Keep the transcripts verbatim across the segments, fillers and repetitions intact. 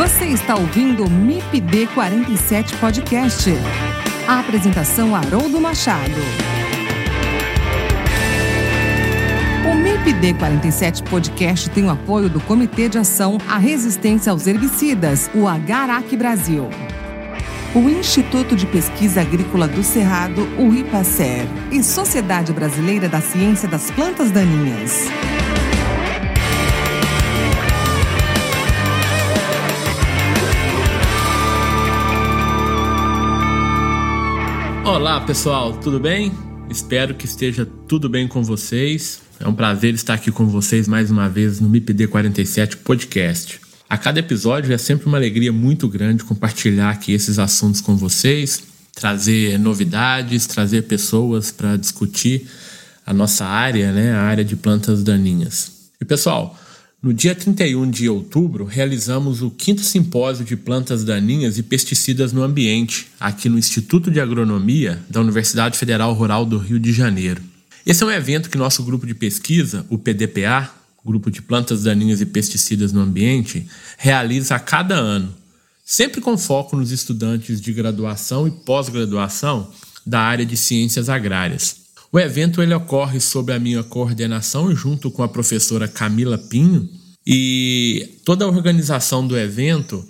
Você está ouvindo o M I P D quarenta e sete Podcast. A apresentação Haroldo Machado. O M I P D quarenta e sete Podcast tem o apoio do Comitê de Ação à Resistência aos Herbicidas, o Agarac Brasil. O Instituto de Pesquisa Agrícola do Cerrado, o IPACER, e Sociedade Brasileira da Ciência das Plantas Daninhas. Olá pessoal, tudo bem? Espero que esteja tudo bem com vocês. É um prazer estar aqui com vocês mais uma vez no M I P D quarenta e sete Podcast. A cada episódio é sempre uma alegria muito grande compartilhar aqui esses assuntos com vocês, trazer novidades, trazer pessoas para discutir a nossa área, né, a área de plantas daninhas. E pessoal, no dia trinta e um de outubro, realizamos o quinto simpósio de plantas daninhas e pesticidas no ambiente, aqui no Instituto de Agronomia da Universidade Federal Rural do Rio de Janeiro. Esse é um evento que nosso grupo de pesquisa, o P D P A, Grupo de Plantas Daninhas e Pesticidas no Ambiente, realiza a cada ano, sempre com foco nos estudantes de graduação e pós-graduação da área de ciências agrárias. O evento ele ocorre sob a minha coordenação junto com a professora Camila Pinho, e toda a organização do evento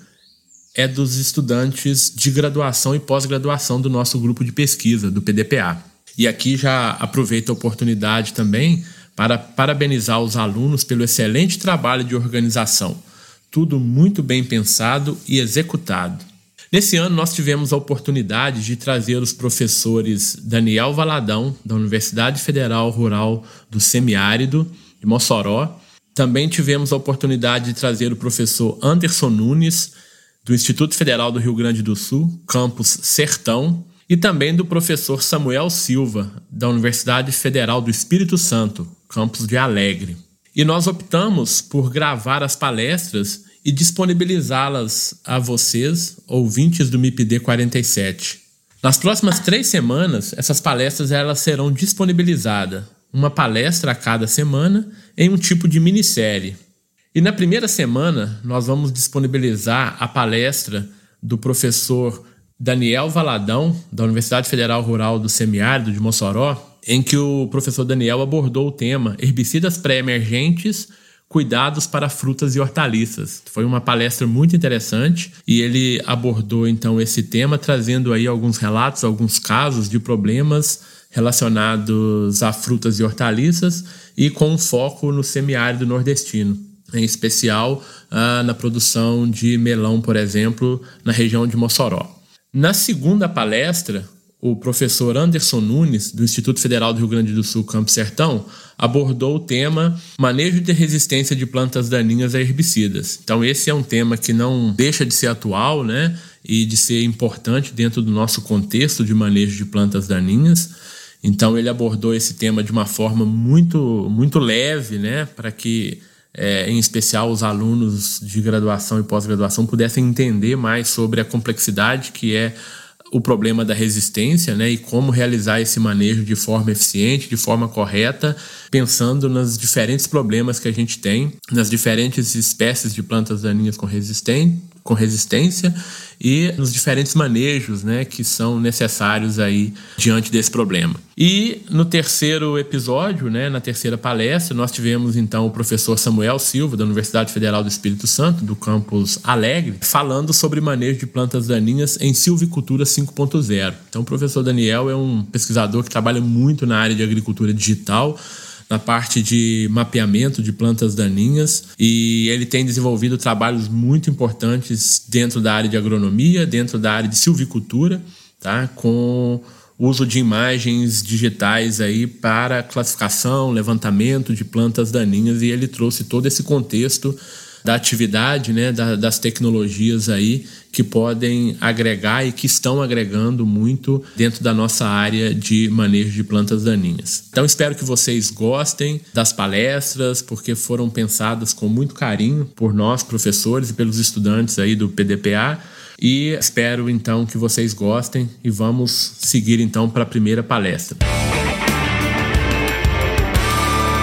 é dos estudantes de graduação e pós-graduação do nosso grupo de pesquisa, do P D P A. E aqui já aproveito a oportunidade também para parabenizar os alunos pelo excelente trabalho de organização. Tudo muito bem pensado e executado. Nesse ano, nós tivemos a oportunidade de trazer os professores Daniel Valadão, da Universidade Federal Rural do Semiárido, de Mossoró. Também tivemos a oportunidade de trazer o professor Anderson Nunes, do Instituto Federal do Rio Grande do Sul, campus Sertão, e também do professor Samuel Silva, da Universidade Federal do Espírito Santo, campus de Alegre. E nós optamos por gravar as palestras e disponibilizá-las a vocês, ouvintes do M I P D quarenta e sete. Nas próximas três semanas, essas palestras elas serão disponibilizadas, uma palestra a cada semana, em um tipo de minissérie. E na primeira semana, nós vamos disponibilizar a palestra do professor Daniel Valadão, da Universidade Federal Rural do Semiárido de Mossoró, em que o professor Daniel abordou o tema Herbicidas Pré-Emergentes, Cuidados para Frutas e Hortaliças. Foi uma palestra muito interessante e ele abordou então esse tema, trazendo aí alguns relatos, alguns casos de problemas relacionados a frutas e hortaliças e com um foco no semiárido nordestino, em especial ah, na produção de melão, por exemplo, na região de Mossoró. Na segunda palestra, o professor Anderson Nunes, do Instituto Federal do Rio Grande do Sul, Campus Sertão, abordou o tema Manejo de Resistência de Plantas Daninhas a Herbicidas. Então esse é um tema que não deixa de ser atual, né, e de ser importante dentro do nosso contexto de manejo de plantas daninhas. Então ele abordou esse tema de uma forma muito, muito leve, né, para que, é, em especial, os alunos de graduação e pós-graduação pudessem entender mais sobre a complexidade que é o problema da resistência, né, e como realizar esse manejo de forma eficiente, de forma correta, pensando nos diferentes problemas que a gente tem, nas diferentes espécies de plantas daninhas com, resisten- com resistência e nos diferentes manejos, né, que são necessários aí diante desse problema. E no terceiro episódio, né, na terceira palestra, nós tivemos então o professor Samuel Silva, da Universidade Federal do Espírito Santo, do campus Alegre, falando sobre manejo de plantas daninhas em silvicultura cinco ponto zero. Então o professor Daniel é um pesquisador que trabalha muito na área de agricultura digital, na parte de mapeamento de plantas daninhas, e ele tem desenvolvido trabalhos muito importantes dentro da área de agronomia, dentro da área de silvicultura, tá? Com uso de imagens digitais aí para classificação, levantamento de plantas daninhas, e ele trouxe todo esse contexto da atividade, né, da, das tecnologias aí que podem agregar e que estão agregando muito dentro da nossa área de manejo de plantas daninhas. Então espero que vocês gostem das palestras, porque foram pensadas com muito carinho por nós, professores, e pelos estudantes aí do P D P A, e espero então que vocês gostem e vamos seguir então para a primeira palestra.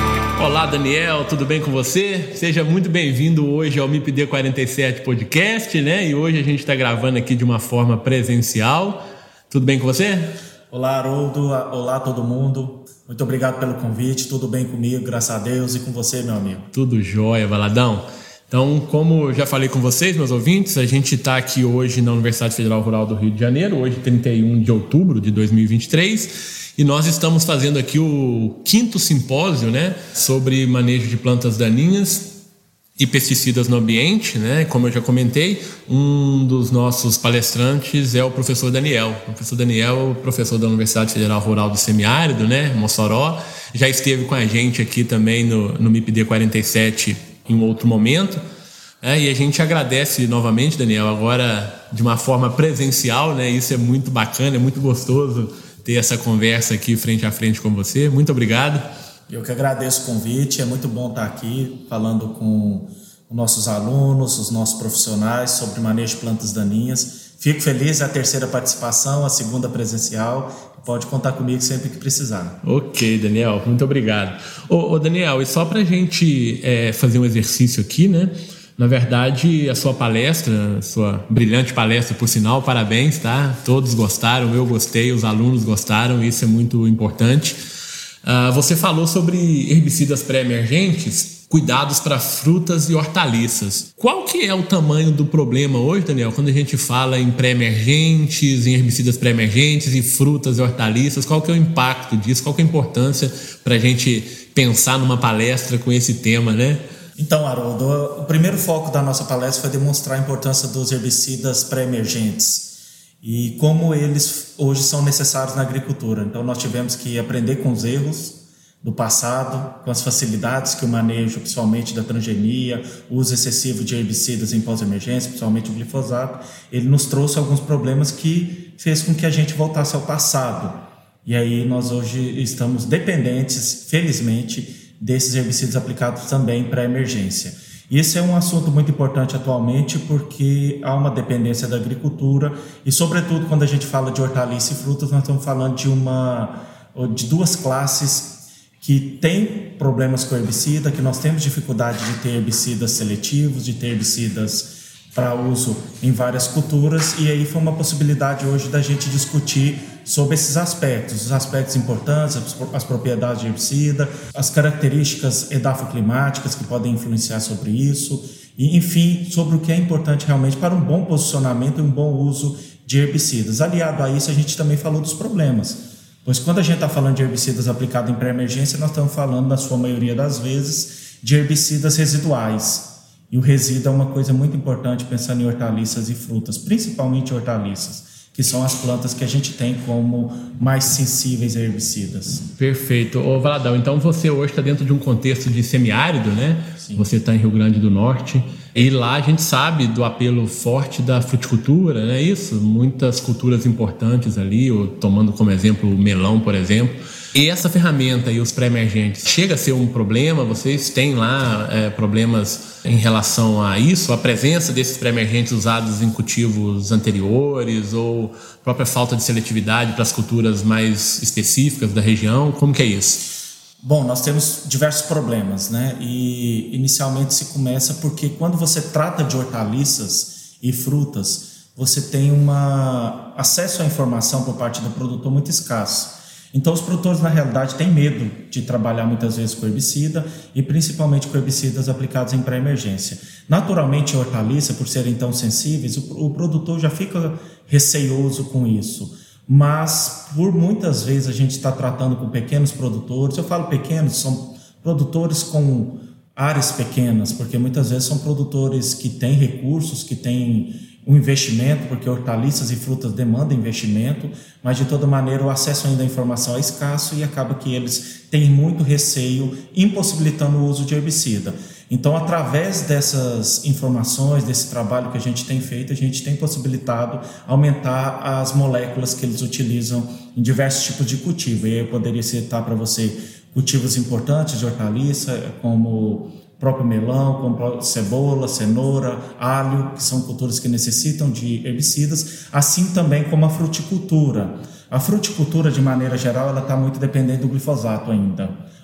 Olá, Daniel, tudo bem com você? Seja muito bem-vindo hoje ao M I P D quarenta e sete Podcast, né? E hoje a gente está gravando aqui de uma forma presencial. Tudo bem com você? Olá, Haroldo. Olá, todo mundo. Muito obrigado pelo convite. Tudo bem comigo, graças a Deus. E com você, meu amigo? Tudo jóia, Valadão. Então, como já falei com vocês, meus ouvintes, a gente está aqui hoje na Universidade Federal Rural do Rio de Janeiro, hoje trinta e um de outubro de dois mil e vinte e três, e nós estamos fazendo aqui o quinto simpósio, né, sobre manejo de plantas daninhas e pesticidas no ambiente, né? Como eu já comentei, um dos nossos palestrantes é o professor Daniel. O professor Daniel, professor da Universidade Federal Rural do Semiárido, né, Mossoró, já esteve com a gente aqui também no, no M I P D quarenta e sete em outro momento, né? E a gente agradece novamente, Daniel, agora de uma forma presencial, né? Isso é muito bacana, é muito gostoso ter essa conversa aqui frente a frente com você. Muito obrigado. Eu que agradeço o convite, é muito bom estar aqui falando com os nossos alunos, os nossos profissionais sobre manejo de plantas daninhas. Fico feliz, é a terceira participação, a segunda presencial. Pode contar comigo sempre que precisar. Ok, Daniel, muito obrigado. Ô, ô Daniel, e só para a gente é, fazer um exercício aqui, né? Na verdade, a sua palestra, a sua brilhante palestra, por sinal, parabéns, tá? Todos gostaram, eu gostei, os alunos gostaram, isso é muito importante. Uh, você falou sobre herbicidas pré-emergentes, cuidados para frutas e hortaliças. Qual que é o tamanho do problema hoje, Daniel, quando a gente fala em pré-emergentes, em herbicidas pré-emergentes e frutas e hortaliças? Qual que é o impacto disso? Qual que é a importância para a gente pensar numa palestra com esse tema, né? Então, Haroldo, o primeiro foco da nossa palestra foi demonstrar a importância dos herbicidas pré-emergentes e como eles hoje são necessários na agricultura. Então, nós tivemos que aprender com os erros do passado, com as facilidades que o manejo, principalmente da transgenia, o uso excessivo de herbicidas em pós-emergência, principalmente o glifosato, ele nos trouxe alguns problemas que fez com que a gente voltasse ao passado. E aí nós hoje estamos dependentes, felizmente, desses herbicidas aplicados também para emergência. E esse é um assunto muito importante atualmente porque há uma dependência da agricultura e, sobretudo, quando a gente fala de hortaliça e frutas, nós estamos falando de, uma, de duas classes que tem problemas com herbicida, que nós temos dificuldade de ter herbicidas seletivos, de ter herbicidas para uso em várias culturas, e aí foi uma possibilidade hoje da gente discutir sobre esses aspectos, os aspectos importantes, as propriedades de herbicida, as características edafoclimáticas que podem influenciar sobre isso, e enfim, sobre o que é importante realmente para um bom posicionamento e um bom uso de herbicidas. Aliado a isso, a gente também falou dos problemas. Pois quando a gente está falando de herbicidas aplicados em pré-emergência, nós estamos falando, na sua maioria das vezes, de herbicidas residuais. E o resíduo é uma coisa muito importante pensando em hortaliças e frutas, principalmente hortaliças, que são as plantas que a gente tem como mais sensíveis a herbicidas. Perfeito. Ô, Valadão, então você hoje está dentro de um contexto de semiárido, né? Sim. Você está em Rio Grande do Norte. E lá a gente sabe do apelo forte da fruticultura, não é isso? Muitas culturas importantes ali, tomando como exemplo o melão, por exemplo. E essa ferramenta e os pré-emergentes, chega a ser um problema? Vocês têm lá é, problemas em relação a isso? A presença desses pré-emergentes usados em cultivos anteriores ou própria falta de seletividade para as culturas mais específicas da região? Como que é isso? Bom, nós temos diversos problemas, né? E inicialmente se começa porque quando você trata de hortaliças e frutas, você tem um acesso à informação por parte do produtor muito escasso. Então os produtores na realidade têm medo de trabalhar muitas vezes com herbicida e principalmente com herbicidas aplicados em pré-emergência. Naturalmente, a hortaliça, por serem tão sensíveis, o, o produtor já fica receioso com isso. Mas, por muitas vezes, a gente está tratando com pequenos produtores. Eu falo pequenos, são produtores com áreas pequenas, porque muitas vezes são produtores que têm recursos, que têm um investimento, porque hortaliças e frutas demandam investimento, mas, de toda maneira, o acesso ainda à informação é escasso e acaba que eles têm muito receio, impossibilitando o uso de herbicida. Então, através dessas informações, desse trabalho que a gente tem feito, a gente tem possibilitado aumentar as moléculas que eles utilizam em diversos tipos de cultivo. E aí eu poderia citar para você cultivos importantes de hortaliça, como o próprio melão, como cebola, cenoura, alho, que são culturas que necessitam de herbicidas, assim também como a fruticultura. A fruticultura, de maneira geral, ela está muito dependente do glifosato ainda.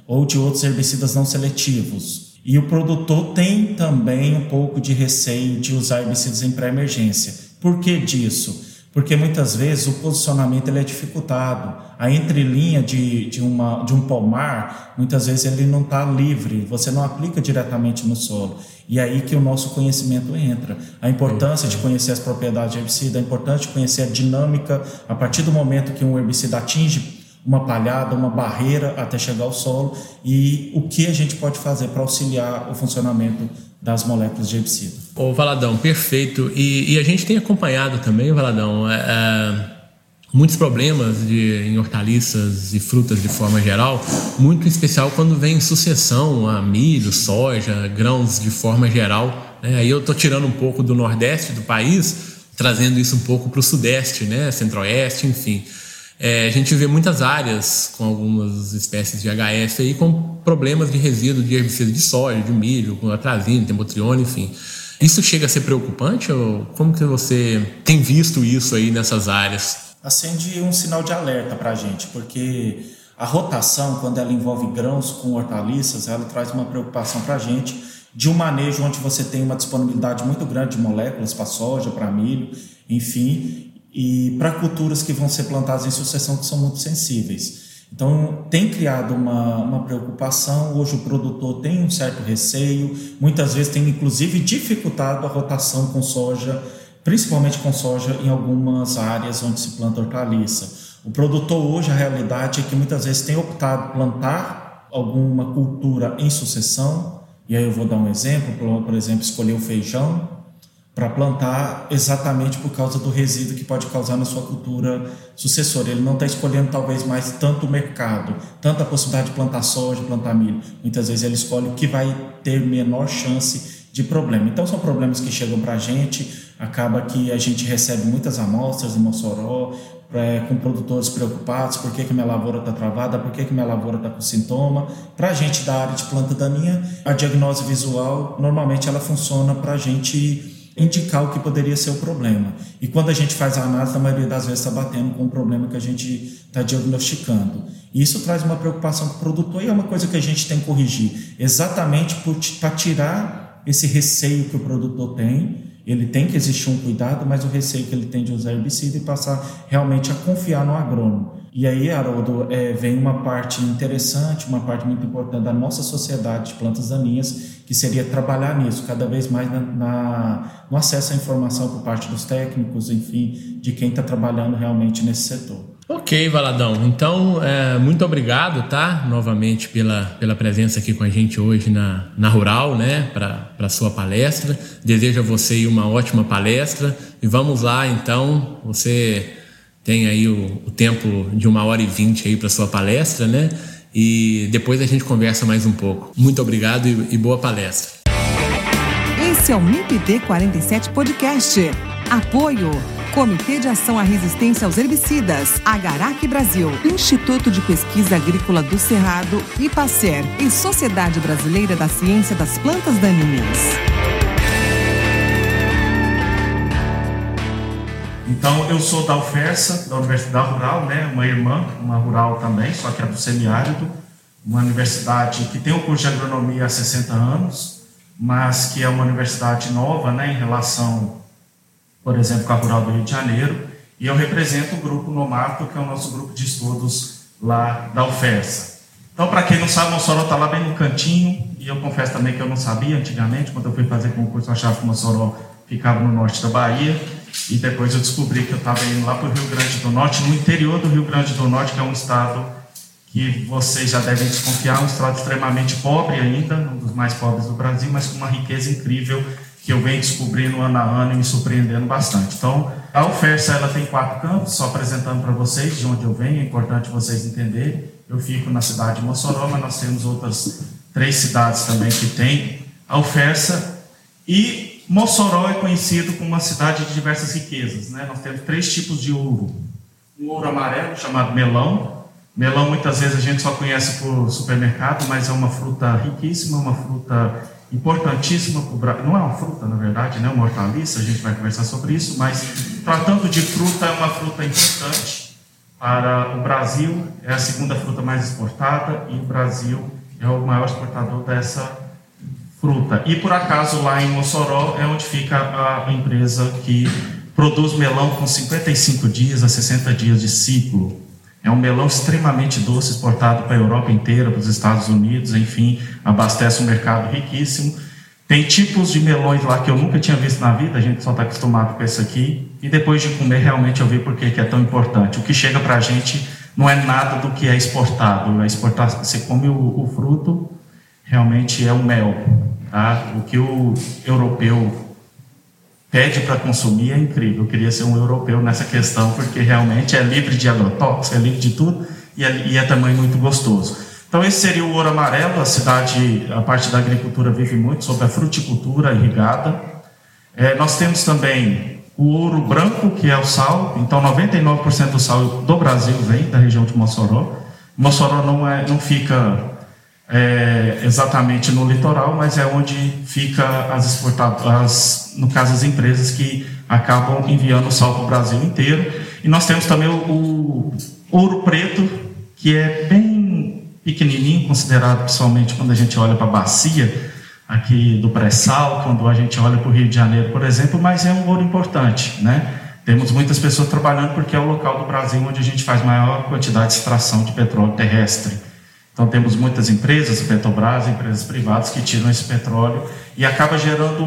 ou de outros herbicidas não seletivos. E o produtor tem também um pouco de receio de usar herbicidas em pré-emergência. Por que disso? Porque muitas vezes o posicionamento ele é dificultado. A entrelinha de, de, uma, de um pomar, muitas vezes ele não está livre, você não aplica diretamente no solo. E é aí que o nosso conhecimento entra. A importância de conhecer as propriedades de herbicida, a importância de conhecer a dinâmica a partir do momento que um herbicida atinge uma palhada, uma barreira até chegar ao solo, e o que a gente pode fazer para auxiliar o funcionamento das moléculas de herbicida. Ô Valadão, perfeito. E, e a gente tem acompanhado também, Valadão, é, é, muitos problemas de, em hortaliças e frutas de forma geral, muito especial quando vem em sucessão a milho, soja, grãos de forma geral. Né? Aí eu estou tirando um pouco do nordeste do país, trazendo isso um pouco para o sudeste, né? Centro-oeste, enfim. É, a gente vê muitas áreas com algumas espécies de H F aí com problemas de resíduo de herbicida de soja, de milho, com atrazina, tembotrione, enfim. Isso chega a ser preocupante ou como que você tem visto isso aí nessas áreas? Acende um sinal de alerta para a gente, porque a rotação, quando ela envolve grãos com hortaliças, ela traz uma preocupação para a gente de um manejo onde você tem uma disponibilidade muito grande de moléculas para soja, para milho, enfim, e para culturas que vão ser plantadas em sucessão que são muito sensíveis. Então, tem criado uma, uma preocupação, hoje o produtor tem um certo receio, muitas vezes tem inclusive dificultado a rotação com soja, principalmente com soja em algumas áreas onde se planta hortaliça. O produtor hoje, a realidade é que muitas vezes tem optado por plantar alguma cultura em sucessão, e aí eu vou dar um exemplo, por, por exemplo, escolher o feijão, para plantar exatamente por causa do resíduo que pode causar na sua cultura sucessora. Ele não está escolhendo talvez mais tanto o mercado, tanta possibilidade de plantar soja, plantar milho. Muitas vezes ele escolhe o que vai ter menor chance de problema. Então são problemas que chegam para a gente, acaba que a gente recebe muitas amostras em Mossoró, é, com produtores preocupados, por que, que minha lavoura está travada, por que, que minha lavoura está com sintoma. Para a gente da área de planta daninha, a diagnose visual, normalmente ela funciona para a gente indicar o que poderia ser o problema. E quando a gente faz a análise, a maioria das vezes está batendo com o problema que a gente está diagnosticando. E isso traz uma preocupação para o produtor e é uma coisa que a gente tem que corrigir, exatamente para tirar esse receio que o produtor tem. Ele tem que existir um cuidado, mas o receio que ele tem de usar herbicida e passar realmente a confiar no agrônomo. E aí, Haroldo, é, vem uma parte interessante, uma parte muito importante da nossa sociedade de plantas daninhas, que seria trabalhar nisso, cada vez mais na, na, no acesso à informação por parte dos técnicos, enfim, de quem está trabalhando realmente nesse setor. Ok, Valadão. Então, é, muito obrigado, tá? Novamente pela, pela presença aqui com a gente hoje na, na Rural, né? Para a sua palestra. Desejo a você uma ótima palestra. E vamos lá, então. Você tem aí o, o tempo de uma hora e vinte aí para sua palestra, né? E depois a gente conversa mais um pouco. Muito obrigado e, e boa palestra. Esse é o M I P D quarenta e sete Podcast. Apoio Comitê de Ação à Resistência aos Herbicidas, Agarac Brasil, Instituto de Pesquisa Agrícola do Cerrado, IPACER e Sociedade Brasileira da Ciência das Plantas Daninhas. Então, eu sou da UFERSA, da Universidade Rural, né? Uma irmã, uma rural também, só que é do semiárido, uma universidade que tem o curso de agronomia há sessenta anos, mas que é uma universidade nova, né, em relação, por exemplo, com a Rural do Rio de Janeiro, e eu represento o grupo Nomato, que é o nosso grupo de estudos lá da UFERSA. Então, para quem não sabe, Mossoró está lá bem no cantinho, e eu confesso também que eu não sabia antigamente, quando eu fui fazer concurso, eu achava que Mossoró ficava no norte da Bahia, e depois eu descobri que eu estava indo lá para o Rio Grande do Norte, no interior do Rio Grande do Norte, que é um estado que vocês já devem desconfiar, um estado extremamente pobre ainda, um dos mais pobres do Brasil, mas com uma riqueza incrível que eu venho descobrindo ano a ano e me surpreendendo bastante. Então, a UFERSA ela tem quatro campos, só apresentando para vocês de onde eu venho, é importante vocês entenderem. Eu fico na cidade de Mossoró, mas nós temos outras três cidades também que tem a UFERSA, e Mossoró é conhecido como uma cidade de diversas riquezas, né? Nós temos três tipos de ouro. Um ouro amarelo, chamado melão. Melão, muitas vezes, a gente só conhece por supermercado, mas é uma fruta riquíssima, uma fruta importantíssima para o Brasil. Não é uma fruta, na verdade, né? Uma hortaliça, a gente vai conversar sobre isso, mas tratando de fruta, é uma fruta importante para o Brasil. É a segunda fruta mais exportada e o Brasil é o maior exportador dessa fruta. E, por acaso, lá em Mossoró é onde fica a empresa que produz melão com cinquenta e cinco dias a sessenta dias de ciclo. É um melão extremamente doce, exportado para a Europa inteira, para os Estados Unidos, enfim, abastece um mercado riquíssimo. Tem tipos de melões lá que eu nunca tinha visto na vida, a gente só está acostumado com esse aqui. E depois de comer, realmente eu vi por que é tão importante. O que chega para a gente não é nada do que é exportado. É exportar, você come o, o fruto, realmente é o mel. Tá? O que o europeu pede para consumir é incrível. Eu queria ser um europeu nessa questão, porque realmente é livre de agrotóxicos, é livre de tudo e é, e é também muito gostoso. Então esse seria o ouro amarelo. A cidade, a parte da agricultura vive muito sobre a fruticultura irrigada. É, nós temos também o ouro branco, que é o sal. Então noventa e nove por cento do sal do Brasil vem da região de Mossoró. Mossoró não, é, não fica é, exatamente no litoral, mas é onde fica as exportadoras, no caso as empresas que acabam enviando o sal para o Brasil inteiro. E nós temos também o, o ouro preto, que é bem pequenininho, considerado principalmente quando a gente olha para a bacia aqui do pré-sal, quando a gente olha para o Rio de Janeiro, por exemplo, mas é um ouro importante, né? Temos muitas pessoas trabalhando porque é o local do Brasil onde a gente faz maior quantidade de extração de petróleo terrestre. Então temos muitas empresas, Petrobras, empresas privadas que tiram esse petróleo e acaba gerando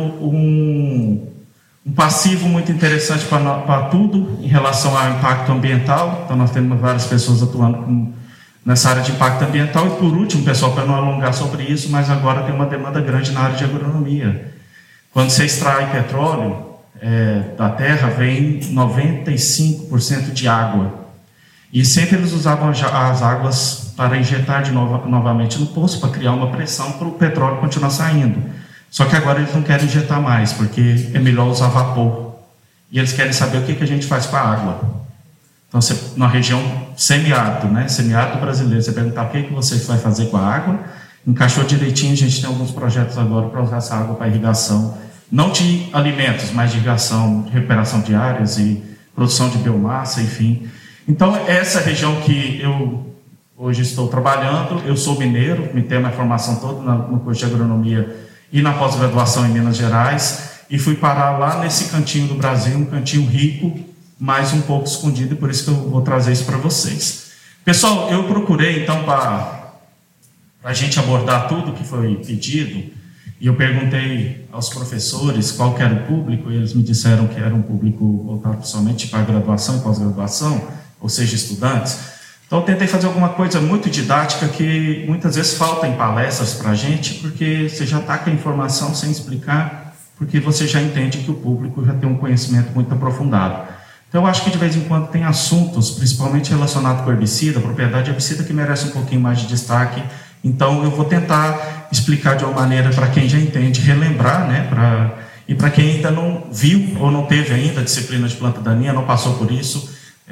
um, um passivo muito interessante para tudo em relação ao impacto ambiental. Então nós temos várias pessoas atuando com, nessa área de impacto ambiental. E por último, pessoal, para não alongar sobre isso, mas agora tem uma demanda grande na área de agronomia. Quando você extrai petróleo é, da terra, vem noventa e cinco por cento de água. E sempre eles usavam as águas para injetar de novo, novamente no poço, para criar uma pressão para o petróleo continuar saindo. Só que agora eles não querem injetar mais, porque é melhor usar vapor. E eles querem saber o que, que a gente faz com a água. Então, você, na região semiárido, né? Semiárido brasileiro, você perguntar o que, que você vai fazer com a água, encaixou direitinho. A gente tem alguns projetos agora para usar essa água para irrigação, não de alimentos, mas de irrigação, de recuperação de áreas e produção de biomassa, enfim. Então, essa região que eu hoje estou trabalhando, eu sou mineiro, me tenho a minha formação toda no curso de agronomia e na pós-graduação em Minas Gerais, e fui parar lá nesse cantinho do Brasil, um cantinho rico, mas um pouco escondido, e por isso que eu vou trazer isso para vocês. Pessoal, eu procurei, então, para a gente abordar tudo que foi pedido, e eu perguntei aos professores qual que era o público, e eles me disseram que era um público voltado somente para graduação e pós-graduação, ou seja, estudantes. Então, eu tentei fazer alguma coisa muito didática que muitas vezes falta em palestras para a gente, porque você já está com a informação sem explicar, porque você já entende que o público já tem um conhecimento muito aprofundado. Então, eu acho que de vez em quando tem assuntos, principalmente relacionados com herbicida, propriedade herbicida, que merece um pouquinho mais de destaque. Então, eu vou tentar explicar de uma maneira para quem já entende, relembrar, né, pra, e para quem ainda não viu ou não teve ainda a disciplina de planta daninha, não passou por isso,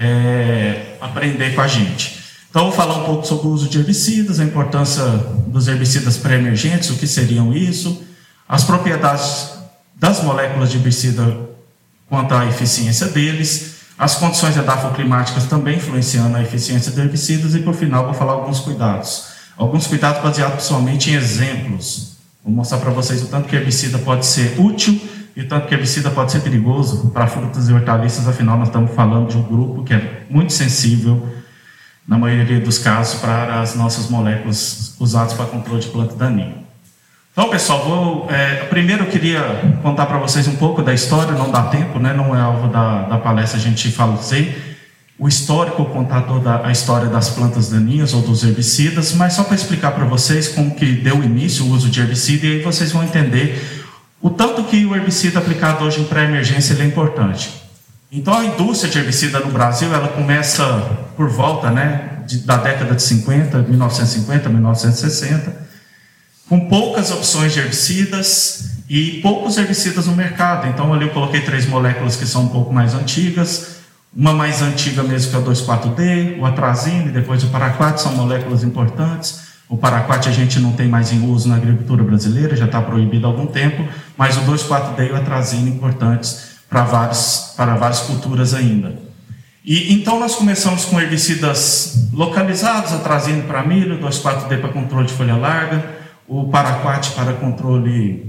É, aprender com a gente. Então, eu vou falar um pouco sobre o uso de herbicidas, a importância dos herbicidas pré-emergentes, o que seriam isso, as propriedades das moléculas de herbicida quanto à eficiência deles, as condições edafoclimáticas também influenciando a eficiência dos herbicidas e, por final, vou falar alguns cuidados. Alguns cuidados baseados somente em exemplos. Vou mostrar para vocês o tanto que herbicida pode ser útil e o tanto que herbicida pode ser perigoso para frutas e hortaliças. Afinal, nós estamos falando de um grupo que é muito sensível, na maioria dos casos, para as nossas moléculas usadas para controle de planta daninha. Então, pessoal, vou, é, primeiro eu queria contar para vocês um pouco da história, não dá tempo, né, não é alvo da, da palestra a gente fazer o histórico, o contador da a história das plantas daninhas ou dos herbicidas, mas só para explicar para vocês como que deu início o uso de herbicida, e aí vocês vão entender o tanto que o herbicida aplicado hoje em pré-emergência ele é importante. Então, a indústria de herbicida no Brasil, ela começa por volta, né, de, da década de cinquenta, mil novecentos e cinquenta, mil novecentos e sessenta, com poucas opções de herbicidas e poucos herbicidas no mercado. Então, ali eu coloquei três moléculas que são um pouco mais antigas, uma mais antiga mesmo que é o dois quatro D, o atrazine, depois o paraquat, são moléculas importantes. O paraquat a gente não tem mais em uso na agricultura brasileira, já está proibido há algum tempo, mas o dois quatro D e o atrazine importantes para vários, para várias culturas ainda. E, então nós começamos com herbicidas localizados, atrazine para milho, dois quatro D para controle de folha larga, o paraquat para controle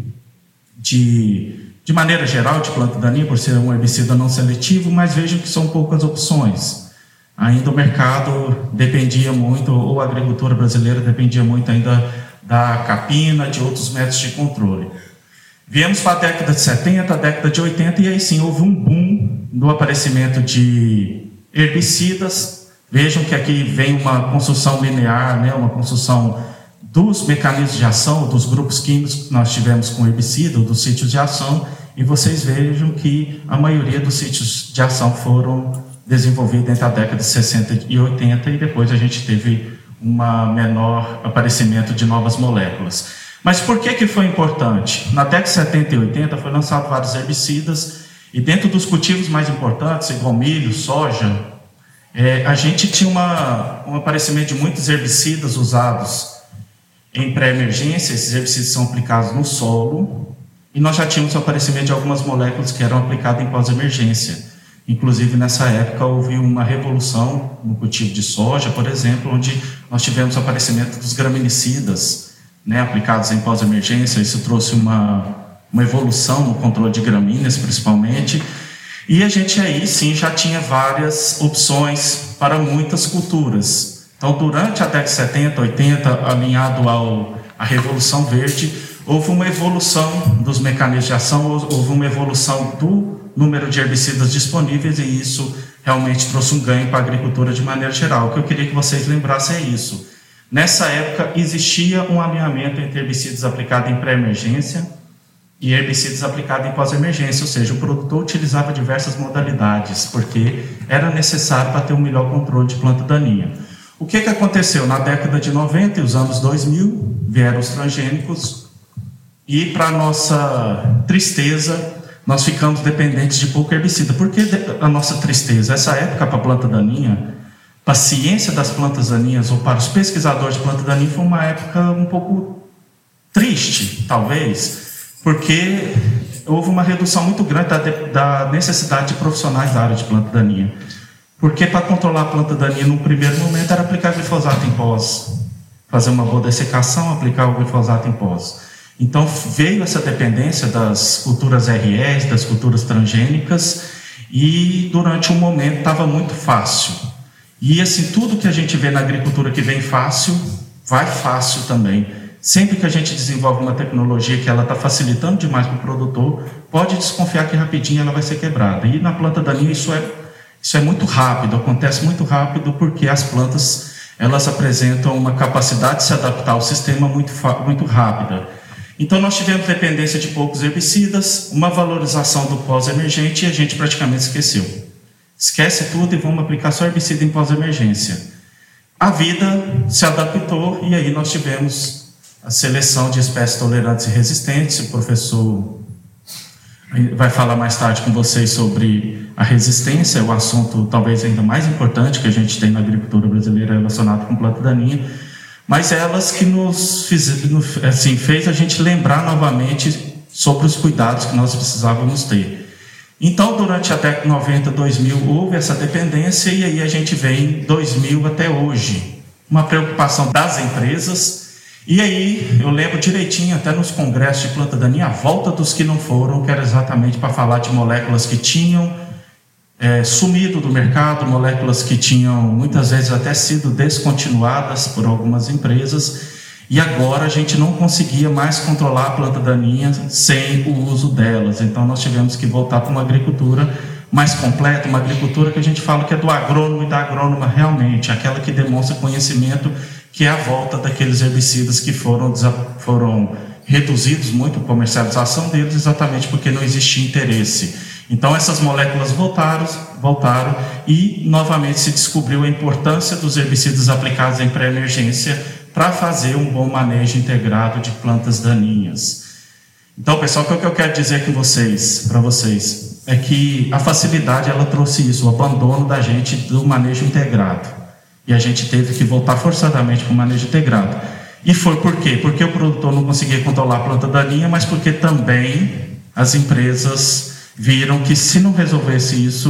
de, de maneira geral de planta daninha, por ser um herbicida não seletivo, mas vejam que são poucas opções. Ainda o mercado dependia muito, ou a agricultura brasileira dependia muito ainda da capina, de outros métodos de controle. Viemos para a década de setenta, a década de oitenta, e aí sim houve um boom no aparecimento de herbicidas. Vejam que aqui vem uma construção linear, né, uma construção dos mecanismos de ação, dos grupos químicos que nós tivemos com herbicida, dos sítios de ação, e vocês vejam que a maioria dos sítios de ação foram desenvolvidos entre a década de sessenta e oitenta, e depois a gente teve um menor aparecimento de novas moléculas. Mas por que que foi importante? Na década de setenta e oitenta foi lançado vários herbicidas, e dentro dos cultivos mais importantes, igual milho, soja, é, a gente tinha uma, um aparecimento de muitos herbicidas usados em pré-emergência. Esses herbicidas são aplicados no solo, e nós já tínhamos o aparecimento de algumas moléculas que eram aplicadas em pós-emergência. Inclusive, nessa época, houve uma revolução no cultivo de soja, por exemplo, onde nós tivemos o aparecimento dos graminicidas, né, aplicados em pós-emergência. Isso trouxe uma, uma evolução no controle de gramíneas, principalmente. E a gente aí, sim, já tinha várias opções para muitas culturas. Então, durante a década de setenta, oitenta, alinhado ao, à Revolução Verde, houve uma evolução dos mecanismos de ação, houve uma evolução do número de herbicidas disponíveis, e isso realmente trouxe um ganho para a agricultura de maneira geral. O que eu queria que vocês lembrassem é isso. Nessa época, existia um alinhamento entre herbicidas aplicados em pré-emergência e herbicidas aplicados em pós-emergência, ou seja, o produtor utilizava diversas modalidades, porque era necessário para ter um melhor controle de planta daninha. O que que aconteceu? Na década de noventa e os anos dois mil, vieram os transgênicos, e, para nossa tristeza, nós ficamos dependentes de pouco herbicida. Por que a nossa tristeza? Essa época, para a planta daninha, para a ciência das plantas daninhas, ou para os pesquisadores de planta daninha, foi uma época um pouco triste, talvez, porque houve uma redução muito grande da, da necessidade de profissionais da área de planta daninha. Porque para controlar a planta daninha, no primeiro momento, era aplicar glifosato em pós, fazer uma boa dessecação, aplicar o glifosato em pós. Então, veio essa dependência das culturas R S, das culturas transgênicas, e durante um momento estava muito fácil. E assim, tudo que a gente vê na agricultura que vem fácil, vai fácil também. Sempre que a gente desenvolve uma tecnologia que ela está facilitando demais para o produtor, pode desconfiar que rapidinho ela vai ser quebrada. E na planta daninha isso é, isso é muito rápido, acontece muito rápido, porque as plantas elas apresentam uma capacidade de se adaptar ao sistema muito, muito rápida. Então nós tivemos dependência de poucos herbicidas, uma valorização do pós-emergente, e a gente praticamente esqueceu. Esquece tudo e vamos aplicar só herbicida em pós-emergência. A vida se adaptou, e aí nós tivemos a seleção de espécies tolerantes e resistentes. O professor vai falar mais tarde com vocês sobre a resistência, o assunto talvez ainda mais importante que a gente tem na agricultura brasileira relacionado com planta daninha, mas elas que nos fiz, assim, fez a gente lembrar novamente sobre os cuidados que nós precisávamos ter. Então, durante a década de noventa, dois mil, houve essa dependência, e aí a gente vem dois mil até hoje. Uma preocupação das empresas, e aí eu lembro direitinho, até nos congressos de planta daninha, a volta dos que não foram, que era exatamente para falar de moléculas que tinham é, sumido do mercado, moléculas que tinham muitas vezes até sido descontinuadas por algumas empresas, e agora a gente não conseguia mais controlar a planta daninha sem o uso delas. Então nós tivemos que voltar para uma agricultura mais completa, uma agricultura que a gente fala que é do agrônomo e da agrônoma realmente, aquela que demonstra conhecimento, que é a volta daqueles herbicidas que foram, foram reduzidos muito a comercialização deles, exatamente porque não existia interesse. Então essas moléculas voltaram, voltaram e novamente se descobriu a importância dos herbicidas aplicados em pré-emergência para fazer um bom manejo integrado de plantas daninhas. Então, pessoal, o que eu quero dizer com vocês, para vocês, é que a facilidade ela trouxe isso, o abandono da gente do manejo integrado. E a gente teve que voltar forçadamente para o manejo integrado. E foi por quê? Porque o produtor não conseguia controlar a planta daninha, mas porque também as empresas viram que se não resolvesse isso,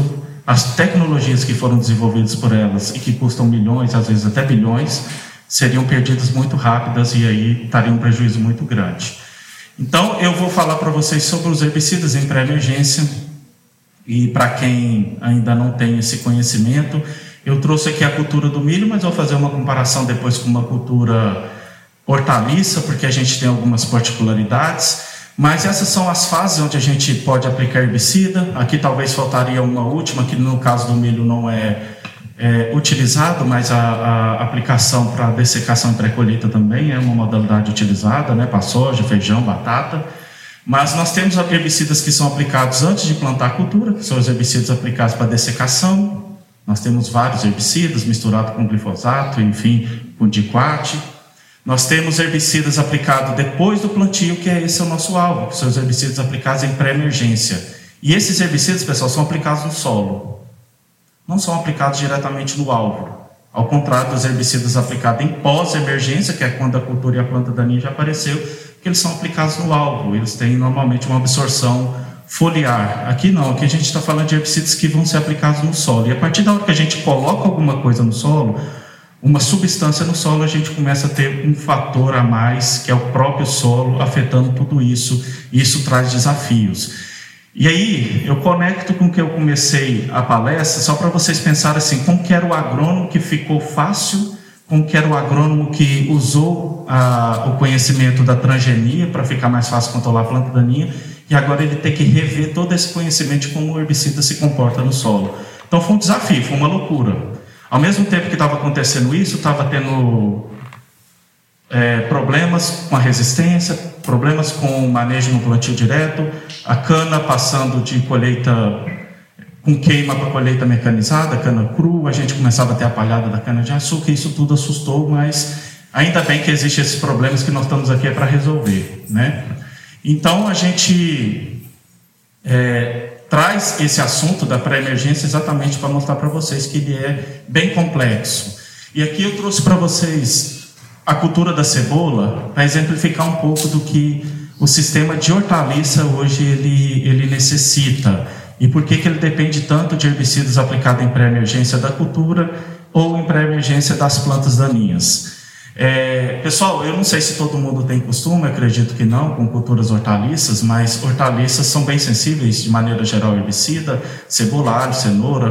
as tecnologias que foram desenvolvidas por elas e que custam milhões, às vezes até bilhões, seriam perdidas muito rápidas e aí estaria um prejuízo muito grande. Então, eu vou falar para vocês sobre os herbicidas em pré-emergência e para quem ainda não tem esse conhecimento, eu trouxe aqui a cultura do milho, mas vou fazer uma comparação depois com uma cultura hortaliça, porque a gente tem algumas particularidades. Mas essas são as fases onde a gente pode aplicar herbicida. Aqui talvez faltaria uma última, que no caso do milho não é, é utilizado, mas a, a aplicação para dessecação e pré-colheita também é uma modalidade utilizada, né, para soja, feijão, batata. Mas nós temos herbicidas que são aplicados antes de plantar a cultura, que são os herbicidas aplicados para dessecação. Nós temos vários herbicidas misturados com glifosato, enfim, com diquat. Nós temos herbicidas aplicados depois do plantio, que é esse é o nosso alvo, que são os herbicidas aplicados em pré-emergência. E esses herbicidas, pessoal, são aplicados no solo. Não são aplicados diretamente no alvo. Ao contrário dos herbicidas aplicados em pós-emergência, que é quando a cultura e a planta daninha já apareceu, que eles são aplicados no alvo. Eles têm normalmente uma absorção foliar. Aqui não, aqui a gente está falando de herbicidas que vão ser aplicados no solo. E a partir da hora que a gente coloca alguma coisa no solo, uma substância no solo, a gente começa a ter um fator a mais, que é o próprio solo, afetando tudo isso, e isso traz desafios. E aí, eu conecto com o que eu comecei a palestra, só para vocês pensarem assim, como que era o agrônomo que ficou fácil, como que era o agrônomo que usou a, o conhecimento da transgenia para ficar mais fácil controlar a planta daninha, e agora ele tem que rever todo esse conhecimento de como o herbicida se comporta no solo. Então foi um desafio, foi uma loucura. Ao mesmo tempo que estava acontecendo isso, estava tendo é, problemas com a resistência, problemas com o manejo no plantio direto, a cana passando de colheita com queima para colheita mecanizada, cana crua, a gente começava a ter a palhada da cana de açúcar, e isso tudo assustou, mas ainda bem que existem esses problemas que nós estamos aqui para resolver, né? Então a gente é, traz esse assunto da pré-emergência exatamente para mostrar para vocês que ele é bem complexo. E aqui eu trouxe para vocês a cultura da cebola para exemplificar um pouco do que o sistema de hortaliça hoje ele, ele necessita e por que que ele depende tanto de herbicidas aplicados em pré-emergência da cultura ou em pré-emergência das plantas daninhas. É, pessoal, eu não sei se todo mundo tem costume, acredito que não, com culturas hortaliças, mas hortaliças são bem sensíveis de maneira geral ao herbicida, cebola, alho, cenoura,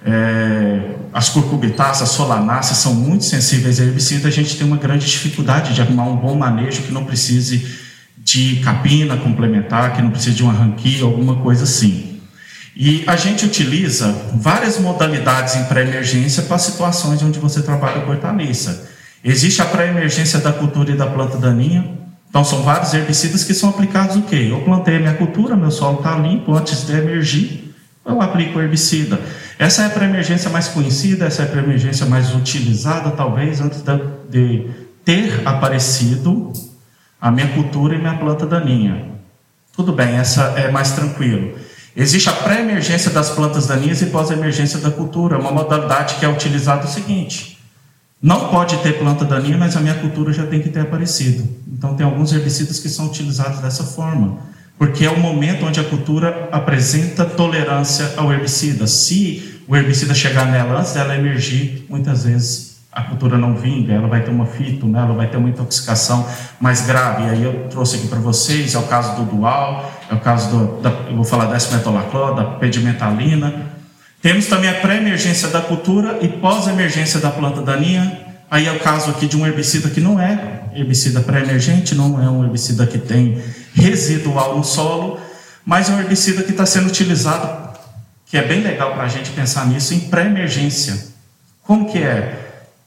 é, as curcubitáceas, solanáceas são muito sensíveis a herbicida. A gente tem uma grande dificuldade de arrumar um bom manejo que não precise de capina complementar, que não precise de um arranque, alguma coisa assim. E a gente utiliza várias modalidades em pré-emergência para situações onde você trabalha com hortaliça. Existe a pré-emergência da cultura e da planta daninha. Então, são vários herbicidas que são aplicados o quê? Eu plantei a minha cultura, meu solo está limpo, antes de emergir, eu aplico o herbicida. Essa é a pré-emergência mais conhecida, essa é a pré-emergência mais utilizada, talvez, antes de ter aparecido a minha cultura e minha planta daninha. Tudo bem, essa é mais tranquilo. Existe a pré-emergência das plantas daninhas e pós-emergência da cultura, uma modalidade que é utilizada o seguinte: não pode ter planta daninha, mas a minha cultura já tem que ter aparecido. Então, tem alguns herbicidas que são utilizados dessa forma, porque é o momento onde a cultura apresenta tolerância ao herbicida. Se o herbicida chegar nela antes dela emergir, muitas vezes a cultura não vinga, ela vai ter uma fito, né? Ela vai ter uma intoxicação mais grave. E aí eu trouxe aqui para vocês, é o caso do dual, é o caso do, da, eu vou falar da S-metolaclor, da pedimentalina. Temos também a pré-emergência da cultura e pós-emergência da planta daninha. Aí é o caso aqui de um herbicida que não é herbicida pré-emergente, não é um herbicida que tem residual no solo, mas é um herbicida que está sendo utilizado, que é bem legal para a gente pensar nisso, em pré-emergência. Como que é?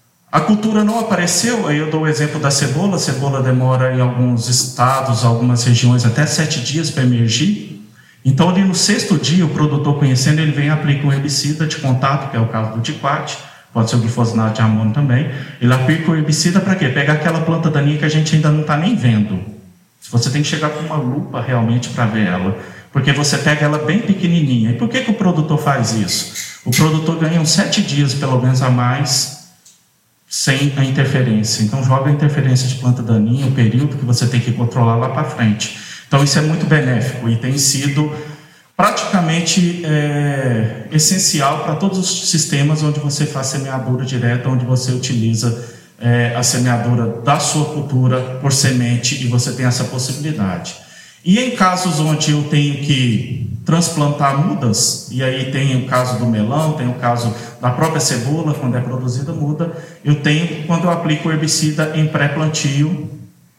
A cultura não apareceu, aí eu dou o exemplo da cebola. A cebola demora em alguns estados, algumas regiões, até sete dias para emergir. Então, ali no sexto dia, o produtor conhecendo, ele vem e aplica um herbicida de contato, que é o caso do diquat, pode ser o glifosinato de amônio também. Ele aplica o herbicida para quê? Pegar aquela planta daninha que a gente ainda não está nem vendo. Você tem que chegar com uma lupa realmente para ver ela, porque você pega ela bem pequenininha. E por que que o produtor faz isso? O produtor ganha uns sete dias, pelo menos, a mais, sem a interferência. Então, joga a interferência de planta daninha, o período que você tem que controlar lá para frente. Então, isso é muito benéfico e tem sido praticamente é, essencial para todos os sistemas onde você faz semeadura direta, onde você utiliza é, a semeadura da sua cultura por semente e você tem essa possibilidade. E em casos onde eu tenho que transplantar mudas, e aí tem o caso do melão, tem o caso da própria cebola, quando é produzida muda, eu tenho quando eu aplico o herbicida em pré-plantio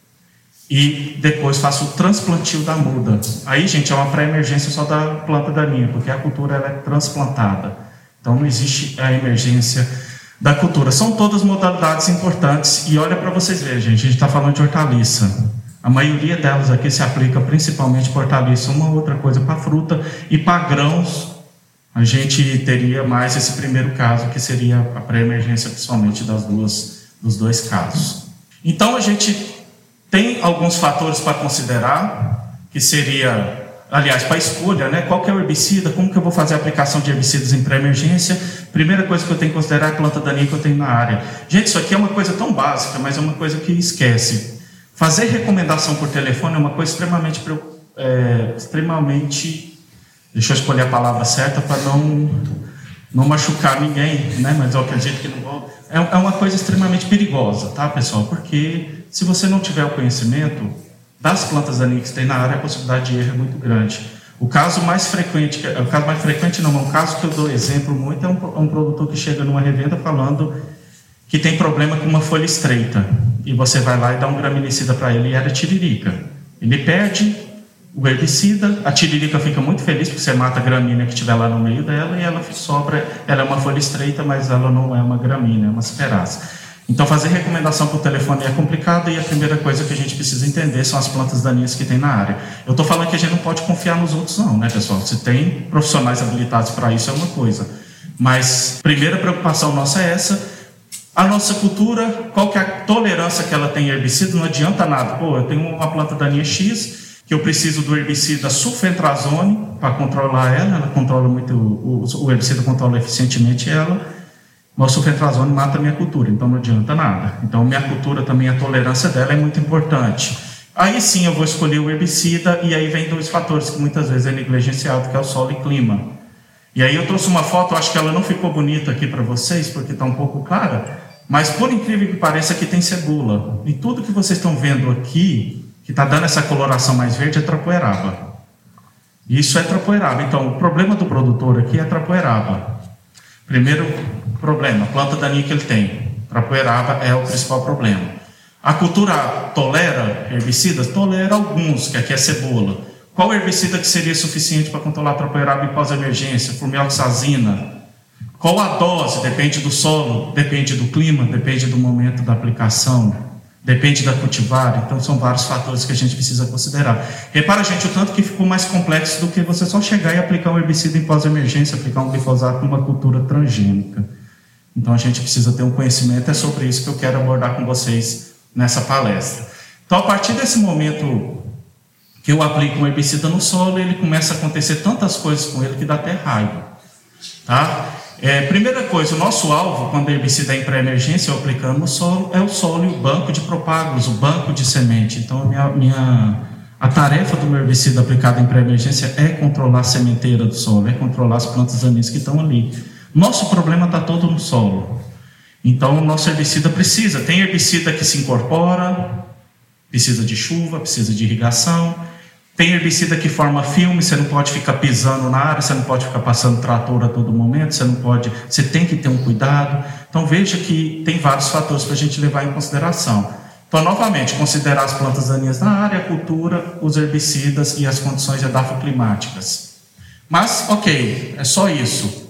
e depois faço o transplantio da muda. Aí, gente, é uma pré-emergência só da planta daninha, porque a cultura ela é transplantada. Então não existe a emergência da cultura. São todas modalidades importantes e olha para vocês verem, gente, a gente está falando de hortaliça. A maioria delas aqui se aplica principalmente para hortaliça, uma outra coisa para fruta e para grãos. A gente teria mais esse primeiro caso, que seria a pré-emergência, principalmente das duas, dos dois casos. Então, a gente tem alguns fatores para considerar, que seria, aliás, para a escolha, né? Qual que é o herbicida, como que eu vou fazer a aplicação de herbicidas em pré-emergência. Primeira coisa que eu tenho que considerar é a planta daninha que eu tenho na área. Gente, isso aqui é uma coisa tão básica, mas é uma coisa que esquece. Fazer recomendação por telefone é uma coisa extremamente, é, extremamente, deixa eu escolher a palavra certa para não, não machucar ninguém, né? Mas eu acredito que não vou. É, é uma coisa extremamente perigosa, tá, pessoal? Porque se você não tiver o conhecimento das plantas daninhas que tem na área, a possibilidade de erro é muito grande. O caso mais frequente, o caso mais frequente não, é um caso que eu dou exemplo muito, é um, um produtor que chega numa revenda falando que tem problema com uma folha estreita, e você vai lá e dá um graminicida para ele, e era tiririca. Ele perde o herbicida, a tiririca fica muito feliz, porque você mata a gramínea que estiver lá no meio dela, e ela sobra, ela é uma folha estreita, mas ela não é uma gramínea, é uma ciperácea. Então, fazer recomendação por telefone é complicado, e a primeira coisa que a gente precisa entender são as plantas daninhas que tem na área. Eu estou falando que a gente não pode confiar nos outros não, né, pessoal? Se tem profissionais habilitados para isso, é uma coisa. Mas, primeira preocupação nossa é essa. A nossa cultura, qual que é a tolerância que ela tem a herbicida, não adianta nada. Pô, eu tenho uma planta daninha X, que eu preciso do herbicida sulfentrazone para controlar ela, ela controla muito, o, o herbicida controla eficientemente ela, mas o sulfentrazone mata a minha cultura, então não adianta nada. Então, minha cultura também, a tolerância dela é muito importante. Aí sim eu vou escolher o herbicida, e aí vem dois fatores que muitas vezes é negligenciado, que é o solo e clima. E aí eu trouxe uma foto, eu acho que ela não ficou bonita aqui para vocês, porque está um pouco clara, mas por incrível que pareça, aqui tem cebola. E tudo que vocês estão vendo aqui, que está dando essa coloração mais verde, é trapoeraba. Isso é trapoeraba. Então, o problema do produtor aqui é trapoeraba. Primeiro problema, a planta daninha que ele tem. Trapoeraba é o principal problema. A cultura tolera herbicidas? Tolera alguns, que aqui é cebola. Qual herbicida que seria suficiente para controlar a trapoeraba em pós-emergência? Formialxazina. Qual a dose? Depende do solo, depende do clima, depende do momento da aplicação, depende da cultivar. Então, são vários fatores que a gente precisa considerar. Repara, gente, o tanto que ficou mais complexo do que você só chegar e aplicar um herbicida em pós-emergência, aplicar um glifosato numa cultura transgênica. Então, a gente precisa ter um conhecimento, é sobre isso que eu quero abordar com vocês nessa palestra. Então, a partir desse momento que eu aplico um herbicida no solo, ele começa a acontecer tantas coisas com ele que dá até raiva. Tá? É, primeira coisa, o nosso alvo, quando o herbicida é em pré-emergência, eu aplicando no solo, é o solo e o banco de propágulos, o banco de semente. Então, a, minha, minha, a tarefa do meu herbicida aplicado em pré-emergência é controlar a sementeira do solo, é controlar as plantas daninhas que estão ali. Nosso problema está todo no solo. Então, o nosso herbicida precisa. Tem herbicida que se incorpora, precisa de chuva, precisa de irrigação. Tem herbicida que forma filme, você não pode ficar pisando na área, você não pode ficar passando trator a todo momento, você não pode, você tem que ter um cuidado. Então veja que tem vários fatores para a gente levar em consideração. Então, novamente, considerar as plantas daninhas na área, a cultura, os herbicidas e as condições edafoclimáticas. Mas, ok, é só isso.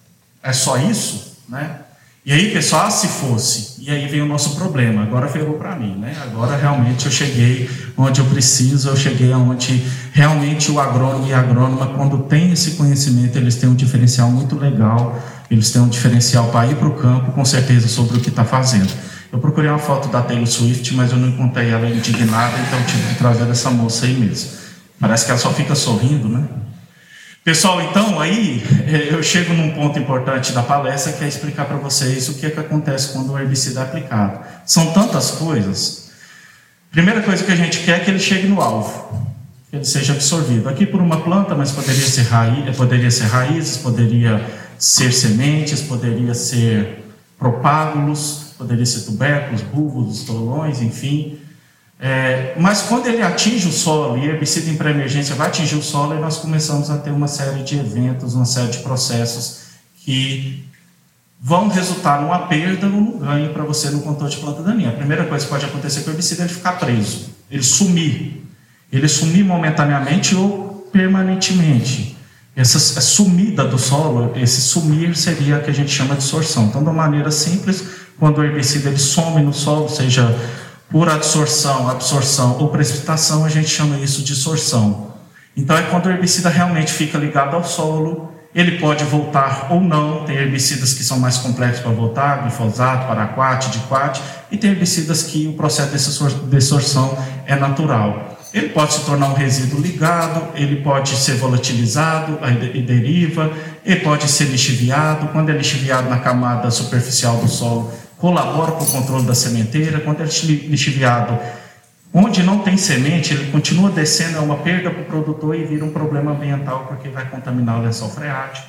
É só isso, né? E aí, pessoal, ah, se fosse, e aí vem o nosso problema, agora ferrou para mim, né? Agora realmente eu cheguei onde eu preciso, eu cheguei aonde realmente o agrônomo e a agrônoma, quando tem esse conhecimento, eles têm um diferencial muito legal, eles têm um diferencial para ir para o campo, com certeza, sobre o que está fazendo. Eu procurei uma foto da Taylor Swift, mas eu não encontrei ela indignada, então eu tive que trazer essa moça aí mesmo. Parece que ela só fica sorrindo, né? Pessoal, então, aí eu chego num ponto importante da palestra, que é explicar para vocês o que é que acontece quando o herbicida é aplicado. São tantas coisas. Primeira coisa que a gente quer é que ele chegue no alvo. que ele seja absorvido. Aqui por uma planta, mas poderia ser, raiz, poderia ser raízes, poderia ser sementes, poderia ser propágulos, poderia ser tubérculos, bulbos, estolões, enfim. É, mas quando ele atinge o solo, e herbicida em pré-emergência vai atingir o solo, e nós começamos a ter uma série de eventos, uma série de processos que vão resultar numa perda ou num ganho para você no controle de planta daninha. A primeira coisa que pode acontecer com o herbicida é ele ficar preso, ele sumir. Ele sumir momentaneamente ou permanentemente. Essa sumida do solo, esse sumir seria o que a gente chama de sorção. Então, de uma maneira simples, quando o herbicida ele some no solo, seja por adsorção, absorção ou precipitação, a gente chama isso de sorção. Então, é quando o herbicida realmente fica ligado ao solo. Ele pode voltar ou não, tem herbicidas que são mais complexos para voltar, glifosato, paraquat, diquat, e tem herbicidas que o processo de desorção é natural. Ele pode se tornar um resíduo ligado, ele pode ser volatilizado e deriva, ele pode ser lixiviado. Quando é lixiviado na camada superficial do solo, colabora com o controle da sementeira. Quando é lixiviado onde não tem semente, ele continua descendo, é uma perda para o produtor e vira um problema ambiental, porque vai contaminar o lençol freático.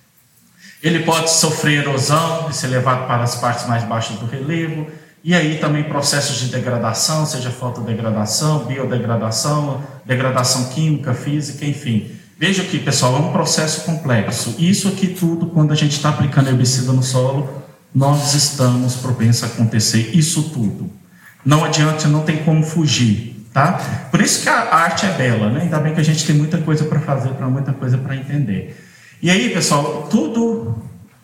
Ele pode sofrer erosão e ser levado para as partes mais baixas do relevo, e aí também processos de degradação, seja fotodegradação, biodegradação, degradação química, física, enfim. Veja aqui, pessoal, é um processo complexo. Isso aqui tudo, quando a gente está aplicando herbicida no solo, nós estamos propensos a acontecer isso tudo. Não adianta, não tem como fugir, tá? Por isso que a arte é bela, né? Ainda bem que a gente tem muita coisa para fazer, para muita coisa para entender. E aí, pessoal, tudo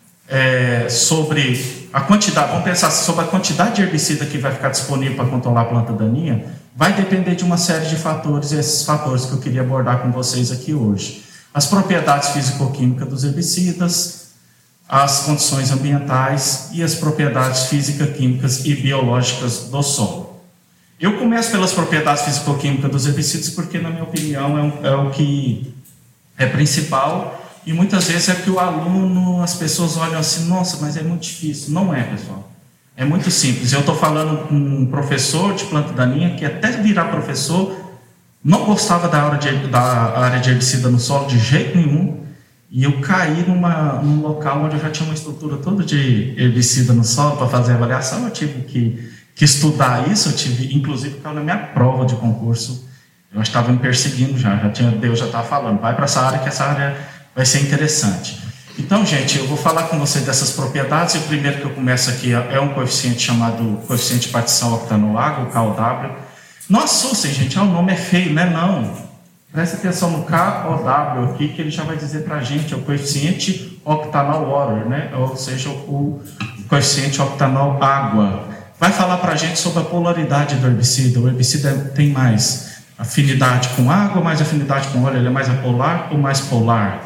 é, sobre a quantidade, vamos pensar sobre a quantidade de herbicida que vai ficar disponível para controlar a planta daninha, vai depender de uma série de fatores, e esses fatores que eu queria abordar com vocês aqui hoje. As propriedades físico-químicas dos herbicidas, as condições ambientais e as propriedades física-químicas e biológicas do solo. Eu começo pelas propriedades físico-químicas dos herbicidas porque, na minha opinião, é, um, é o que é principal, e muitas vezes é que o aluno, as pessoas olham assim, nossa, mas é muito difícil. Não é, pessoal. É muito simples. Eu estou falando com um professor de planta daninha que até virar professor não gostava da área de, da área de herbicida no solo de jeito nenhum. E eu caí numa, num local onde eu já tinha uma estrutura toda de herbicida no solo para fazer avaliação. Eu tive que, que estudar isso, eu tive, inclusive, porque na minha prova de concurso, eu estava me perseguindo já, já tinha, Deus já estava falando, vai para essa área que essa área vai ser interessante. Então, gente, eu vou falar com vocês dessas propriedades, e o primeiro que eu começo aqui é um coeficiente chamado coeficiente de partição octanol-água, o K O W. Não assustem, gente, ah, o nome é feio, né? Não. Presta atenção no K O W aqui, que ele já vai dizer para a gente, é o coeficiente octanol-water, né? Ou seja, o coeficiente octanol-água. Vai falar para a gente sobre a polaridade do herbicida. O herbicida tem mais afinidade com água, mais afinidade com óleo, ele é mais apolar ou mais polar?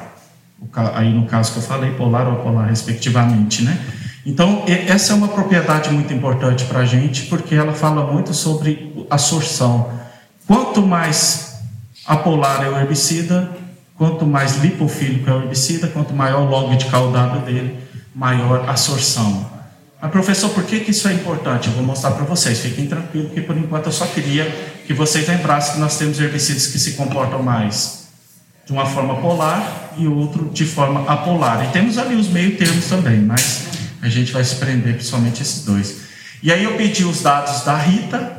Aí no caso que eu falei, polar ou apolar, respectivamente, né? Então, essa é uma propriedade muito importante para a gente, porque ela fala muito sobre absorção. Quanto mais apolar é o herbicida, quanto mais lipofílico é o herbicida, quanto maior o log de K O W dele, maior a absorção. Mas, professor, por que, que isso é importante? Eu vou mostrar para vocês, fiquem tranquilos, porque por enquanto eu só queria que vocês lembrassem que nós temos herbicidas que se comportam mais de uma forma polar e outro de forma apolar. E temos ali os meio termos também, mas a gente vai se prender principalmente esses dois. E aí eu pedi os dados da Rita,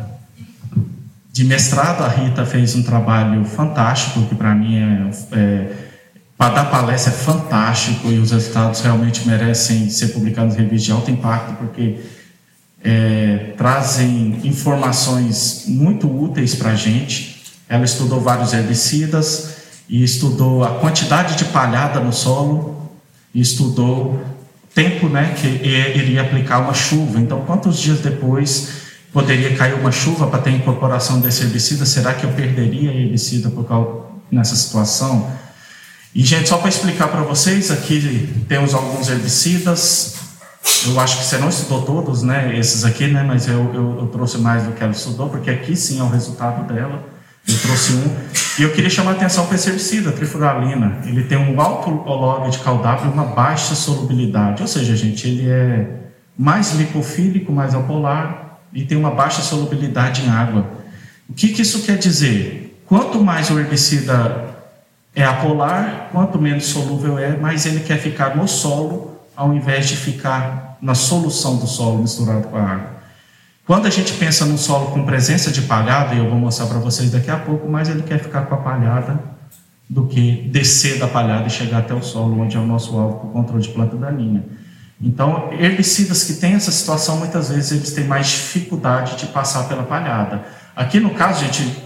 de mestrado. A Rita fez um trabalho fantástico, que para mim é, é para dar palestra é fantástico, e os resultados realmente merecem ser publicados em revistas de alto impacto, porque é, trazem informações muito úteis para a gente. Ela estudou vários herbicidas, e estudou a quantidade de palhada no solo, e estudou tempo, né, que iria aplicar uma chuva. Então, quantos dias depois poderia cair uma chuva para ter incorporação desse herbicida? Será que eu perderia herbicida por causa, nessa situação? E, gente, só para explicar para vocês, aqui temos alguns herbicidas. Eu acho que você não estudou todos, né, esses aqui, né, mas eu, eu, eu trouxe mais do que ela estudou, porque aqui sim é o resultado dela. Eu trouxe um, e eu queria chamar a atenção para esse herbicida, a trifuralina. Ele tem um alto log de K O W e uma baixa solubilidade, ou seja, gente, ele é mais lipofílico, mais apolar, e tem uma baixa solubilidade em água. O que, que isso quer dizer? quanto mais o herbicida é apolar, quanto menos solúvel é, mais ele quer ficar no solo, ao invés de ficar na solução do solo misturado com a água. Quando a gente pensa num solo com presença de palhada, e eu vou mostrar para vocês daqui a pouco, mais ele quer ficar com a palhada do que descer da palhada e chegar até o solo, onde é o nosso alvo para o controle de planta daninha. Então, herbicidas que têm essa situação, muitas vezes eles têm mais dificuldade de passar pela palhada. Aqui no caso, gente,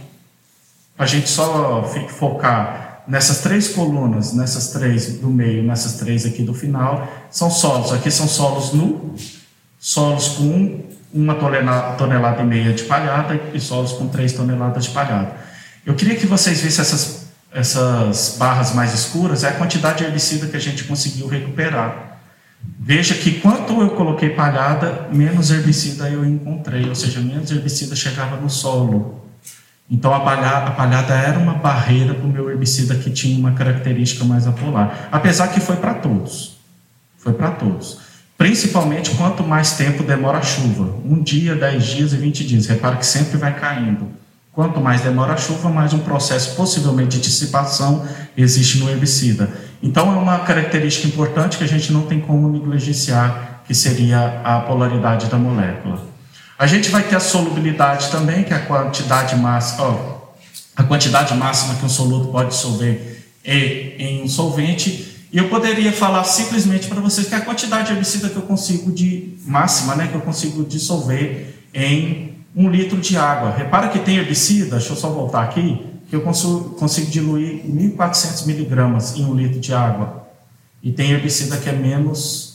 a gente só fica focar nessas três colunas, nessas três do meio, nessas três aqui do final, são solos. Aqui são solos nus, solos com uma tonelada, tonelada e meia de palhada e solos com três toneladas de palhada. Eu queria que vocês vissem essas, essas barras mais escuras, é a quantidade de herbicida que a gente conseguiu recuperar. Veja que quanto eu coloquei palhada, menos herbicida eu encontrei, ou seja, menos herbicida chegava no solo. Então a palhada, a palhada era uma barreira para o meu herbicida que tinha uma característica mais apolar. Apesar que foi para todos. Foi para todos. Principalmente quanto mais tempo demora a chuva. Um dia, dez dias e vinte dias. Repara que sempre vai caindo. Quanto mais demora a chuva, mais um processo possivelmente de dissipação existe no herbicida. Então é uma característica importante que a gente não tem como negligenciar, que seria a polaridade da molécula. A gente vai ter a solubilidade também, que é a quantidade máxima, ó, a quantidade máxima que um soluto pode dissolver em um solvente. E eu poderia falar simplesmente para vocês que é a quantidade de herbicida que eu consigo de máxima, né, que eu consigo dissolver em um litro de água. Repara que tem herbicida, deixa eu só voltar aqui, que eu consigo, consigo diluir mil e quatrocentos miligramas em um litro de água. E tem herbicida que é menos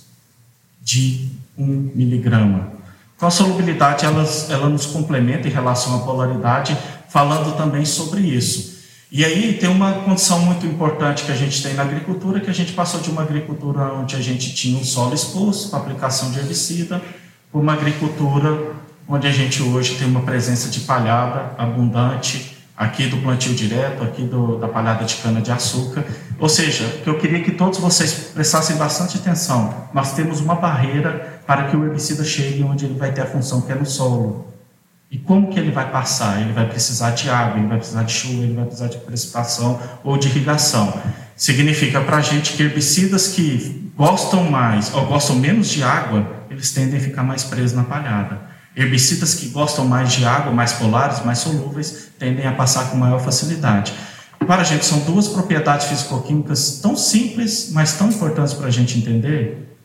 de um miligrama. Então a solubilidade ela, ela nos complementa em relação à polaridade, falando também sobre isso. E aí tem uma condição muito importante que a gente tem na agricultura, que a gente passou de uma agricultura onde a gente tinha um solo exposto para aplicação de herbicida, para uma agricultura onde a gente hoje tem uma presença de palhada abundante, aqui do plantio direto, aqui do, da palhada de cana-de-açúcar. Ou seja, que eu queria que todos vocês prestassem bastante atenção. Nós temos uma barreira para que o herbicida chegue onde ele vai ter a função que é no solo. E como que ele vai passar? Ele vai precisar de água, ele vai precisar de chuva, ele vai precisar de precipitação ou de irrigação. Significa para a gente que herbicidas que gostam mais ou gostam menos de água, eles tendem a ficar mais presos na palhada. Herbicidas que gostam mais de água, mais polares, mais solúveis, tendem a passar com maior facilidade. Para a gente, são duas propriedades fisicoquímicas tão simples, mas tão importantes para a gente entender,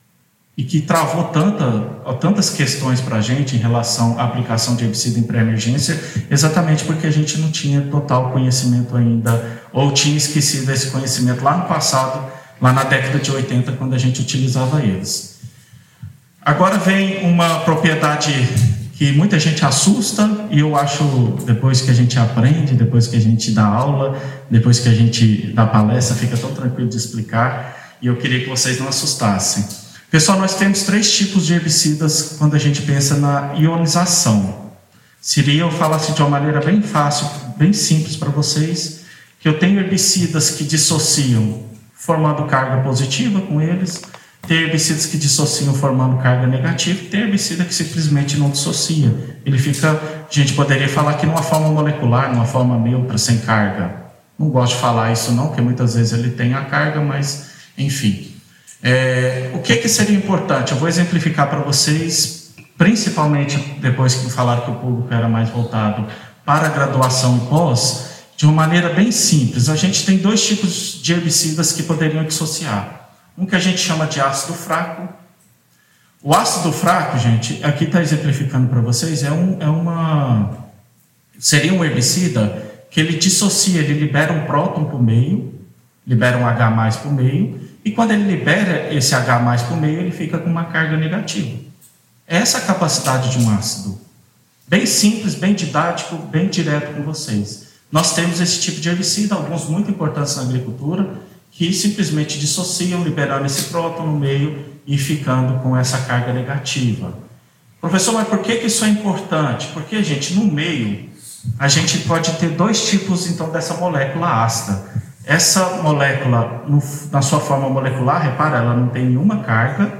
e que travou tanta, tantas questões para a gente em relação à aplicação de herbicida em pré-emergência, exatamente porque a gente não tinha total conhecimento ainda, ou tinha esquecido esse conhecimento lá no passado, lá na década de oitenta, quando a gente utilizava eles. Agora vem uma propriedade que muita gente assusta, e eu acho, depois que a gente aprende, depois que a gente dá aula, depois que a gente dá palestra, fica tão tranquilo de explicar, e eu queria que vocês não assustassem. Pessoal, nós temos três tipos de herbicidas quando a gente pensa na ionização. Seria eu falar assim de uma maneira bem fácil, bem simples para vocês, que eu tenho herbicidas que dissociam, formando carga positiva com eles, tem herbicidas que dissociam formando carga negativa, tem herbicida que simplesmente não dissocia. Ele fica, a gente poderia falar que numa forma molecular, numa forma neutra, sem carga. Não gosto de falar isso não, porque muitas vezes ele tem a carga, mas enfim. É, o que, que seria importante? Eu vou exemplificar para vocês, principalmente depois que falaram que o público era mais voltado para a graduação e pós, de uma maneira bem simples. A gente tem dois tipos de herbicidas que poderiam dissociar. Um que a gente chama de ácido fraco. O ácido fraco, gente, aqui está exemplificando para vocês, é, um, é uma... seria um herbicida que ele dissocia, ele libera um próton para o meio, libera um H mais para o meio, e quando ele libera esse H mais para o meio, ele fica com uma carga negativa. Essa é a capacidade de um ácido. Bem simples, bem didático, bem direto com vocês. Nós temos esse tipo de herbicida, alguns muito importantes na agricultura, que simplesmente dissociam, liberando esse próton no meio e ficando com essa carga negativa. Professor, mas por que, que isso é importante? Porque, gente, no meio, a gente pode ter dois tipos, então, dessa molécula ácida. Essa molécula, no, na sua forma molecular, repara, ela não tem nenhuma carga,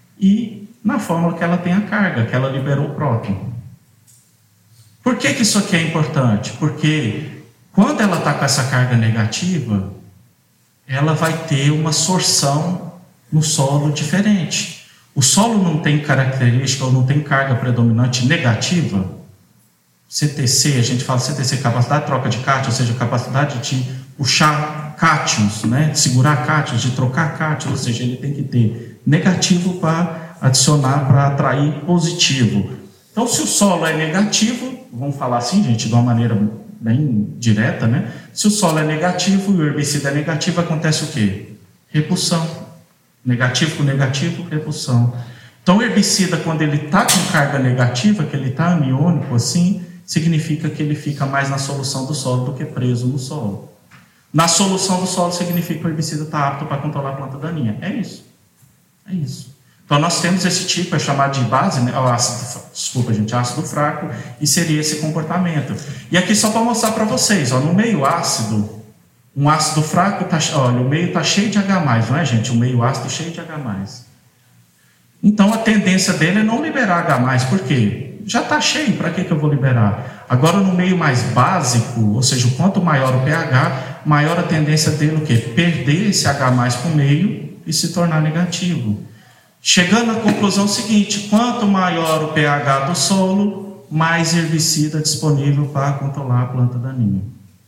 e na forma que ela tem a carga, que ela liberou o próton. Por que, que isso aqui é importante? Porque Quando ela está com essa carga negativa, ela vai ter uma sorção no solo diferente. O solo não tem característica ou não tem carga predominante negativa. C T C, a gente fala C T C, capacidade de troca de cátion, ou seja, capacidade de puxar cátions, né? Segurar cátions, de trocar cátions, ou seja, ele tem que ter negativo para adicionar, para atrair positivo. Então, se o solo é negativo, vamos falar assim, gente, de uma maneira bem direta, né? Se o solo é negativo e o herbicida é negativo, acontece o quê? Repulsão. Negativo com negativo, repulsão. Então, o herbicida, quando ele está com carga negativa, que ele está aniônico assim, significa que ele fica mais na solução do solo do que preso no solo. Na solução do solo significa que o herbicida está apto para controlar a planta daninha. É isso. É isso. Então, nós temos esse tipo, é chamado de base, né? O ácido, desculpa, gente, ácido fraco, e seria esse comportamento. E aqui só para mostrar para vocês, ó, no meio ácido, um ácido fraco, tá, olha, o meio está cheio de H mais, não é, gente? O meio ácido cheio de H mais. Então, a tendência dele é não liberar H mais, por quê? Já está cheio, para que, que eu vou liberar? Agora, no meio mais básico, ou seja, quanto maior o pH, maior a tendência dele o quê? Perder esse H mais para o meio e se tornar negativo. Chegando à conclusão seguinte, quanto maior o pH do solo, mais herbicida disponível para controlar a planta daninha.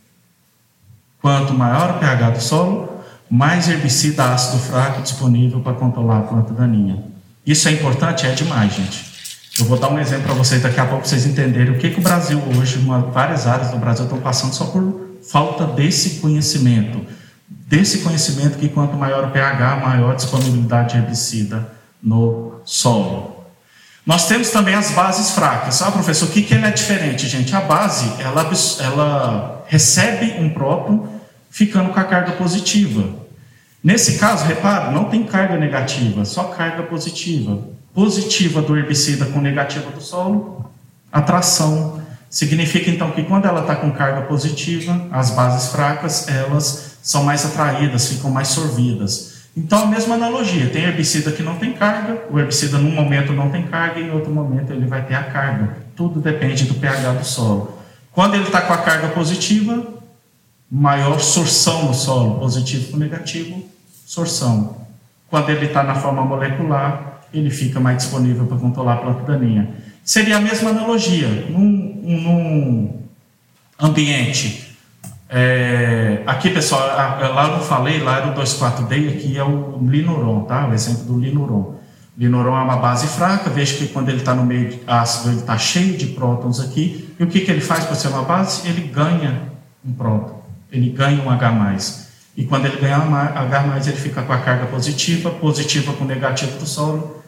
Quanto maior o pH do solo, mais herbicida ácido fraco disponível para controlar a planta daninha. Isso é importante? É demais, gente. Eu vou dar um exemplo para vocês daqui a pouco, para vocês entenderem o que, que o Brasil hoje, uma, várias áreas do Brasil estão passando só por falta desse conhecimento. Desse conhecimento que quanto maior o pH, maior a disponibilidade de herbicida no solo. Nós temos também as bases fracas. Ah, professor, o que, que ele é diferente, gente? A base, ela, ela recebe um próton ficando com a carga positiva. Nesse caso, repare, não tem carga negativa, só carga positiva. Positiva do herbicida com negativa do solo, atração. Significa, então, que quando ela está com carga positiva, as bases fracas, elas são mais atraídas, ficam mais sorvidas. Então, a mesma analogia, tem herbicida que não tem carga, o herbicida num momento não tem carga e em outro momento ele vai ter a carga. Tudo depende do pH do solo. Quando ele está com a carga positiva, maior sorção no solo, positivo com negativo, sorção. Quando ele está na forma molecular, ele fica mais disponível para controlar a planta daninha. Seria a mesma analogia, num, num ambiente... É, aqui, pessoal, lá eu não falei, lá era o dois quatro D, aqui é o Linuron, tá? O exemplo do Linuron. Linuron é uma base fraca, veja que quando ele está no meio ácido, ele está cheio de prótons aqui. E o que, que ele faz para ser uma base? Ele ganha um próton, ele ganha um H mais. E quando ele ganha um H mais, ele fica com a carga positiva, positiva com negativo do solo,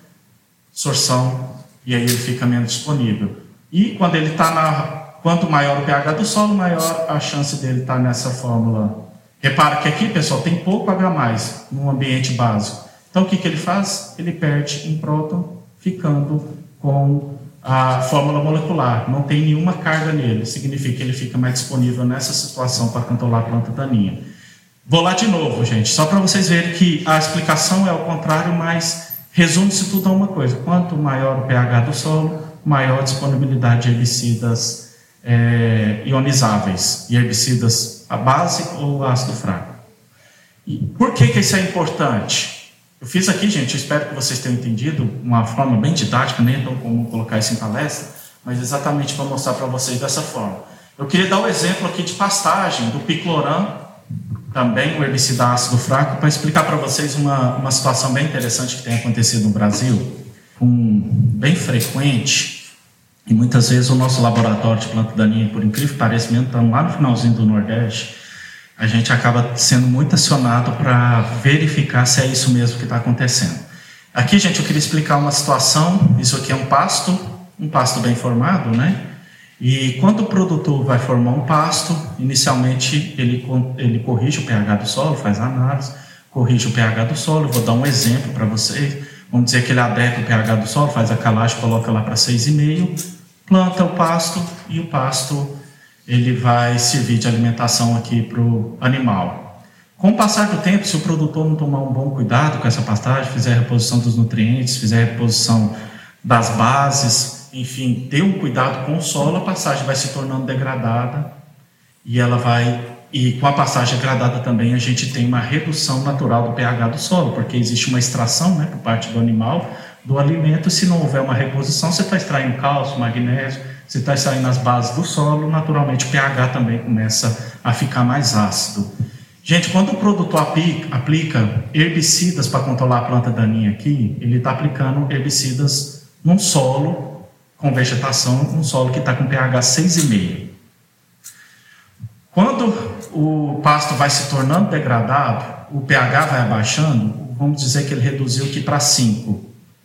sorção, e aí ele fica menos disponível. E quando ele está na... Quanto maior o pH do solo, maior a chance dele estar nessa fórmula. Repara que aqui, pessoal, tem pouco H mais no ambiente básico. Então, o que, que ele faz? Ele perde um próton, ficando com a fórmula molecular. Não tem nenhuma carga nele. Significa que ele fica mais disponível nessa situação para controlar a planta daninha. Vou lá de novo, gente, só para vocês verem que a explicação é ao contrário, mas resume-se tudo a uma coisa. Quanto maior o pH do solo, maior a disponibilidade de herbicidas É, ionizáveis, e herbicidas a base ou ácido fraco. E por que, que isso é importante? Eu fiz aqui, gente, eu espero que vocês tenham entendido, uma forma bem didática, nem tão comum colocar isso em palestra, mas exatamente para mostrar para vocês dessa forma. Eu queria dar o um exemplo aqui de pastagem do picloram, também um herbicida ácido fraco, para explicar para vocês uma, uma situação bem interessante que tem acontecido no Brasil, um, bem frequente. E muitas vezes o nosso laboratório de planta daninha, por incrível que pareça, mesmo estamos lá no finalzinho do Nordeste, a gente acaba sendo muito acionado para verificar se é isso mesmo que está acontecendo. Aqui, gente, eu queria explicar uma situação. Isso aqui é um pasto, um pasto bem formado, né? E quando o produtor vai formar um pasto, inicialmente ele, ele corrige o pH do solo, faz a análise, corrige o pH do solo. Eu vou dar um exemplo para vocês. Vamos dizer que ele adequa o pH do solo, faz a calagem, coloca lá para seis vírgula cinco, planta o pasto e o pasto ele vai servir de alimentação aqui para o animal. Com o passar do tempo, se o produtor não tomar um bom cuidado com essa pastagem, fizer a reposição dos nutrientes, fizer a reposição das bases, enfim, ter um cuidado com o solo, a pastagem vai se tornando degradada e ela vai e com a pastagem degradada também a gente tem uma redução natural do pH do solo, porque existe uma extração, né, por parte do animal do alimento. Se não houver uma reposição, você está extraindo cálcio, magnésio, você está extraindo as bases do solo, naturalmente o pH também começa a ficar mais ácido. Gente, quando o produtor aplica herbicidas para controlar a planta daninha aqui, ele está aplicando herbicidas num solo com vegetação, num solo que está com pH seis vírgula cinco. Quando o pasto vai se tornando degradado, o pH vai abaixando, vamos dizer que ele reduziu aqui para cinco.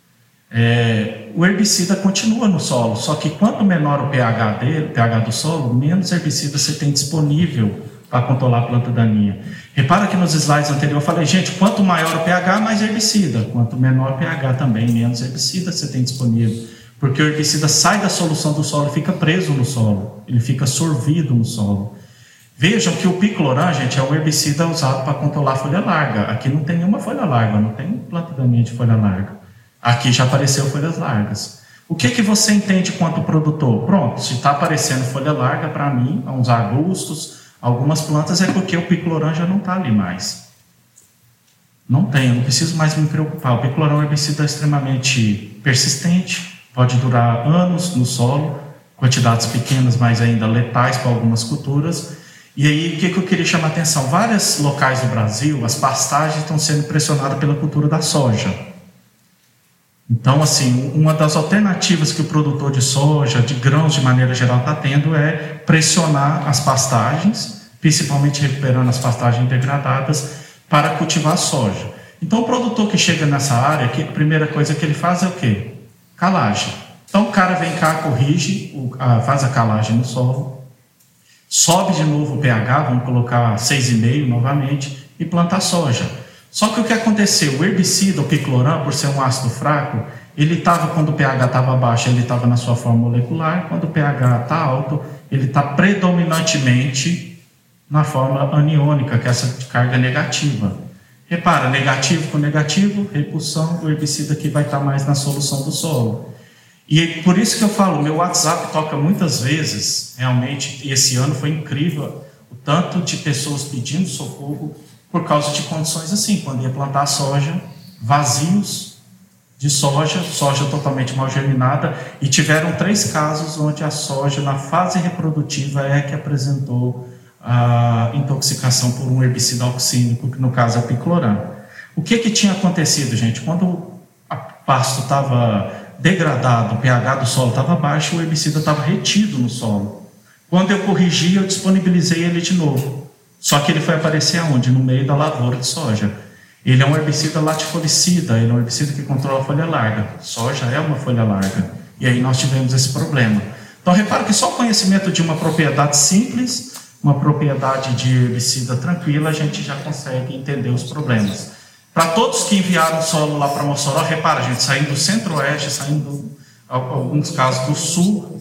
É, o herbicida continua no solo, só que quanto menor o pH dele, o pH do solo, menos herbicida você tem disponível para controlar a planta daninha. Repara que nos slides anteriores eu falei, gente, quanto maior o pH, mais herbicida. Quanto menor o pH também, menos herbicida você tem disponível. Porque o herbicida sai da solução do solo e fica preso no solo. Ele fica sorvido no solo. Vejam que o picloram, gente, é um herbicida usado para controlar a folha larga. Aqui não tem nenhuma folha larga, não tem planta daninha de folha larga. Aqui já apareceu folhas largas. O que, que você entende quanto produtor? Pronto, se está aparecendo folha larga, para mim, uns arbustos, algumas plantas, é porque o picloram já não está ali mais. Não tem, eu não preciso mais me preocupar. O picloram é um herbicida extremamente persistente, pode durar anos no solo, quantidades pequenas, mas ainda letais para algumas culturas. E aí, o que, que eu queria chamar a atenção? Vários locais do Brasil, as pastagens estão sendo pressionadas pela cultura da soja. Então, assim, uma das alternativas que o produtor de soja, de grãos de maneira geral, está tendo é pressionar as pastagens, principalmente recuperando as pastagens degradadas, para cultivar soja. Então, o produtor que chega nessa área, que a primeira coisa que ele faz é o quê? Calagem. Então, o cara vem cá, corrige, faz a calagem no solo, sobe de novo o pH, vamos colocar seis vírgula cinco novamente, e planta a soja. Só que o que aconteceu? O herbicida, o picloram, por ser um ácido fraco, ele estava, quando o pH estava baixo, ele estava na sua forma molecular. Quando o pH está alto, ele está predominantemente na forma aniônica, que é essa de carga negativa. Repara, negativo com negativo, repulsão, o herbicida que vai estar mais na solução do solo. E por isso que eu falo, meu WhatsApp toca muitas vezes, realmente, e esse ano foi incrível, o tanto de pessoas pedindo socorro, por causa de condições assim, quando ia plantar soja, vazios de soja, soja totalmente mal germinada, e tiveram três casos onde a soja, na fase reprodutiva, é que apresentou a intoxicação por um herbicida auxínico, que no caso é o picloram. O que que tinha acontecido, gente? Quando o pasto estava degradado, o pH do solo estava baixo, o herbicida estava retido no solo. Quando eu corrigi, eu disponibilizei ele de novo. Só que ele foi aparecer aonde? No meio da lavoura de soja. Ele é um herbicida latifolicida, ele é um herbicida que controla a folha larga. Soja é uma folha larga. E aí nós tivemos esse problema. Então, repara que só o conhecimento de uma propriedade simples, uma propriedade de herbicida tranquila, a gente já consegue entender os problemas. Para todos que enviaram solo lá para Mossoró, repara, gente, saindo do centro-oeste, saindo, alguns casos, do sul,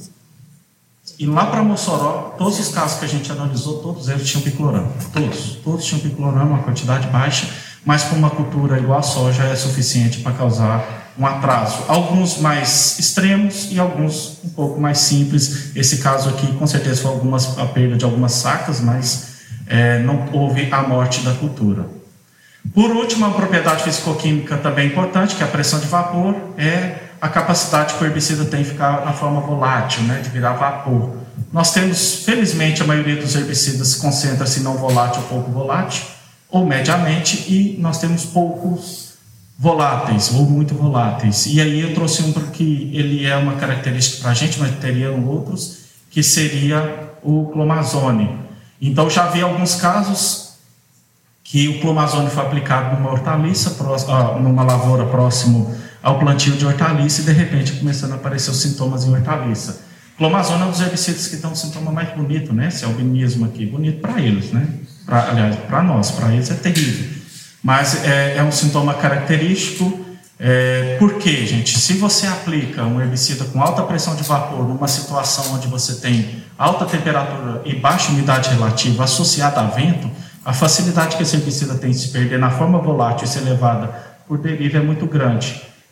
e lá para Mossoró, todos os casos que a gente analisou, todos eles tinham picloram. Todos. Todos tinham picloram, uma quantidade baixa, mas para uma cultura igual a soja é suficiente para causar um atraso. Alguns mais extremos e alguns um pouco mais simples. Esse caso aqui, com certeza, foi algumas, a perda de algumas sacas, mas é, não houve a morte da cultura. Por último, uma propriedade fisicoquímica também importante, que é a pressão de vapor, é a capacidade que o herbicida tem de ficar na forma volátil, né, de virar vapor. Nós temos, felizmente, a maioria dos herbicidas se concentra se não volátil ou pouco volátil, ou mediamente, e nós temos poucos voláteis, ou muito voláteis. E aí eu trouxe um que ele é uma característica para a gente, mas teriam outros, que seria o clomazone. Então já vi alguns casos que o clomazone foi aplicado numa hortaliça, numa lavoura próximo ao plantio de hortaliça, e de repente começando a aparecer os sintomas em hortaliça. Clomazone é um dos herbicidas que dão um sintoma mais bonito, né? Esse albinismo aqui, bonito para eles, né? Pra, aliás, para nós, para eles é terrível. Mas é, é um sintoma característico. É, por quê, gente? Se você aplica um herbicida com alta pressão de vapor numa situação onde você tem alta temperatura e baixa umidade relativa associada a vento, a facilidade que esse herbicida tem de se perder na forma volátil e ser levada por deriva é muito grande.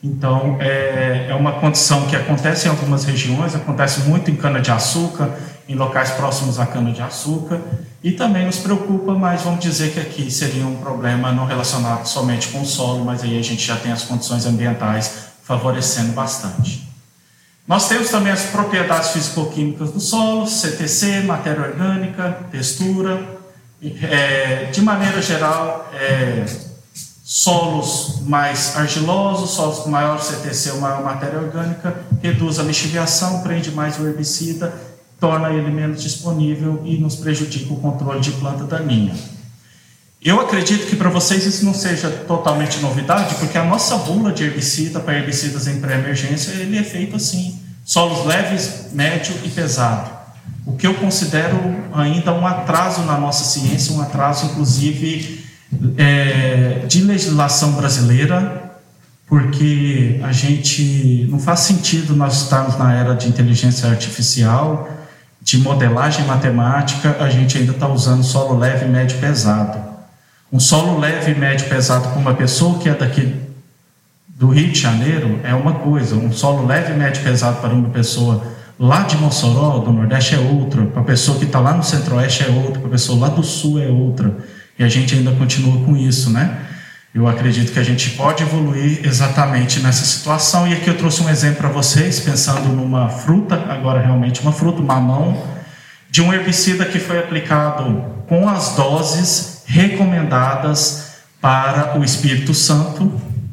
Então, é, é uma condição que acontece em algumas regiões, acontece muito em cana-de-açúcar, em locais próximos à cana-de-açúcar, e também nos preocupa, mas vamos dizer que aqui seria um problema não relacionado somente com o solo, mas aí a gente já tem as condições ambientais favorecendo bastante. Nós temos também as propriedades físico-químicas do solo, C T C, matéria orgânica, textura. É, de maneira geral, é, solos mais argilosos, solos com maior C T C ou maior matéria orgânica, reduz a lixiviação, prende mais o herbicida, torna ele menos disponível e nos prejudica o controle de planta daninha. Eu acredito que para vocês isso não seja totalmente novidade, porque a nossa bula de herbicida para herbicidas em pré-emergência, ele é feito assim, solos leves, médio e pesado. O que eu considero ainda um atraso na nossa ciência, um atraso inclusive é, de legislação brasileira, porque a gente não faz sentido nós estarmos na era de inteligência artificial, de modelagem matemática, a gente ainda está usando solo leve, médio e pesado. Um solo leve, médio, pesado para uma pessoa que é daqui do Rio de Janeiro é uma coisa. Um solo leve, médio, pesado para uma pessoa lá de Mossoró, do Nordeste, é outra. Para a pessoa que está lá no Centro-Oeste é outra. Para a pessoa lá do Sul é outra. E a gente ainda continua com isso, né? Eu acredito que a gente pode evoluir exatamente nessa situação. E aqui eu trouxe um exemplo para vocês, pensando numa fruta, agora realmente uma fruta, mamão, de um herbicida que foi aplicado com as doses recomendadas para o Espírito Santo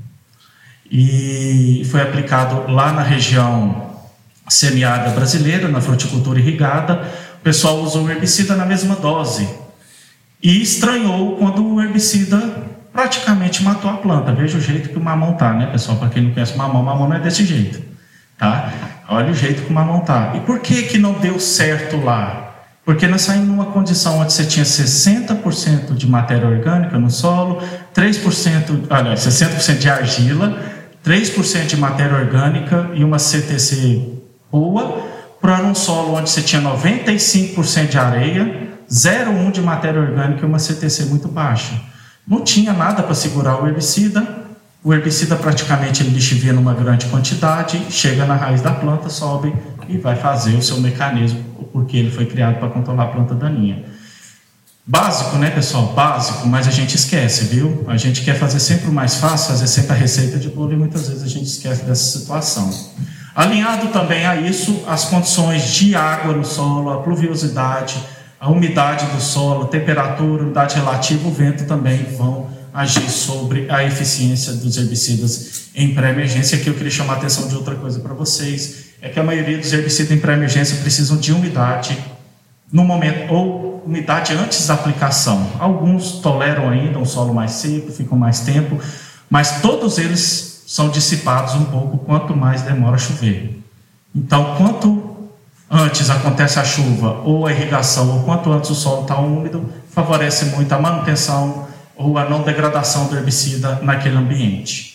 e foi aplicado lá na região semiárida brasileira, na fruticultura irrigada. O pessoal usou o herbicida na mesma dose e estranhou quando o herbicida praticamente matou a planta. Veja o jeito que o mamão tá, né, pessoal? Para quem não conhece o mamão, o mamão não é desse jeito, tá? Olha o jeito que o mamão tá. E por que que não deu certo lá? Porque nós saímos numa condição onde você tinha sessenta por cento de matéria orgânica no solo, três por cento, olha, sessenta por cento de argila, três por cento de matéria orgânica e uma C T C boa, para um solo onde você tinha noventa e cinco por cento de areia, zero vírgula um por cento de matéria orgânica e uma C T C muito baixa. Não tinha nada para segurar o herbicida, o herbicida praticamente ele lixivia numa grande quantidade, chega na raiz da planta, sobe e vai fazer o seu mecanismo, porque ele foi criado para controlar a planta daninha. Básico, né, pessoal? Básico, mas a gente esquece, viu? A gente quer fazer sempre o mais fácil, fazer sempre a receita de bolo e muitas vezes a gente esquece dessa situação. Alinhado também a isso, as condições de água no solo, a pluviosidade, a umidade do solo, a temperatura, a umidade relativa, o vento também vão agir sobre a eficiência dos herbicidas em pré-emergência. Aqui eu queria chamar a atenção de outra coisa para vocês, é que a maioria dos herbicidas em pré-emergência precisam de umidade no momento, ou umidade antes da aplicação. Alguns toleram ainda um solo mais seco, ficam mais tempo, mas todos eles são dissipados um pouco quanto mais demora a chover. Então, quanto antes acontece a chuva ou a irrigação, ou quanto antes o solo está úmido, favorece muito a manutenção ou a não degradação do herbicida naquele ambiente.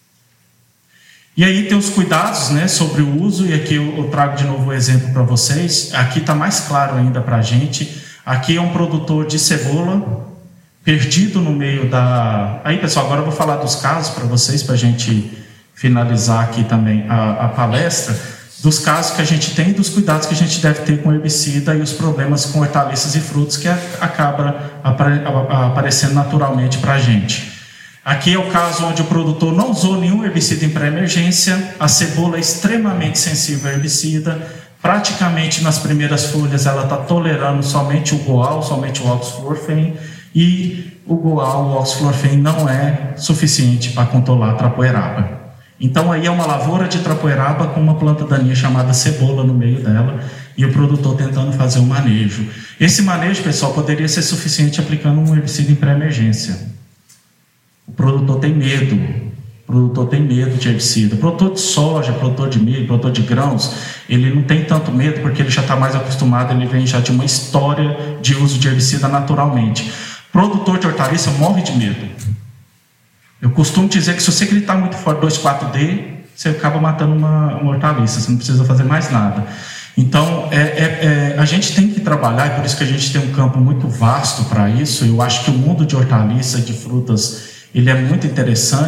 E aí tem os cuidados, né, sobre o uso, e aqui eu, eu trago de novo o exemplo para vocês. Aqui está mais claro ainda para a gente. Aqui é um produtor de cebola perdido no meio da... Aí, pessoal, agora eu vou falar dos casos para vocês, para a gente finalizar aqui também a, a palestra, dos casos que a gente tem e dos cuidados que a gente deve ter com o herbicida e os problemas com hortaliças e frutos que acaba apare, aparecendo naturalmente para a gente. Aqui é o caso onde o produtor não usou nenhum herbicida em pré-emergência, a cebola é extremamente sensível a herbicida, praticamente nas primeiras folhas ela está tolerando somente o Goal, somente o oxflorfen, e o Goal, o oxflorfen não é suficiente para controlar a trapoeraba. Então aí é uma lavoura de trapoeraba com uma planta daninha chamada cebola no meio dela, e o produtor tentando fazer um manejo. Esse manejo, pessoal, poderia ser suficiente aplicando um herbicida em pré-emergência. O produtor tem medo, o produtor tem medo de herbicida. O produtor de soja, produtor de milho, produtor de grãos, ele não tem tanto medo porque ele já está mais acostumado, ele vem já de uma história de uso de herbicida naturalmente. O produtor de hortaliça morre de medo. Eu costumo dizer que se você gritar muito forte dois, quatro D, você acaba matando uma, uma hortaliça, você não precisa fazer mais nada. Então, é, é, é, a gente tem que trabalhar, e por isso que a gente tem um campo muito vasto para isso. Eu acho que o mundo de hortaliça e de frutas, ele é muito interessante,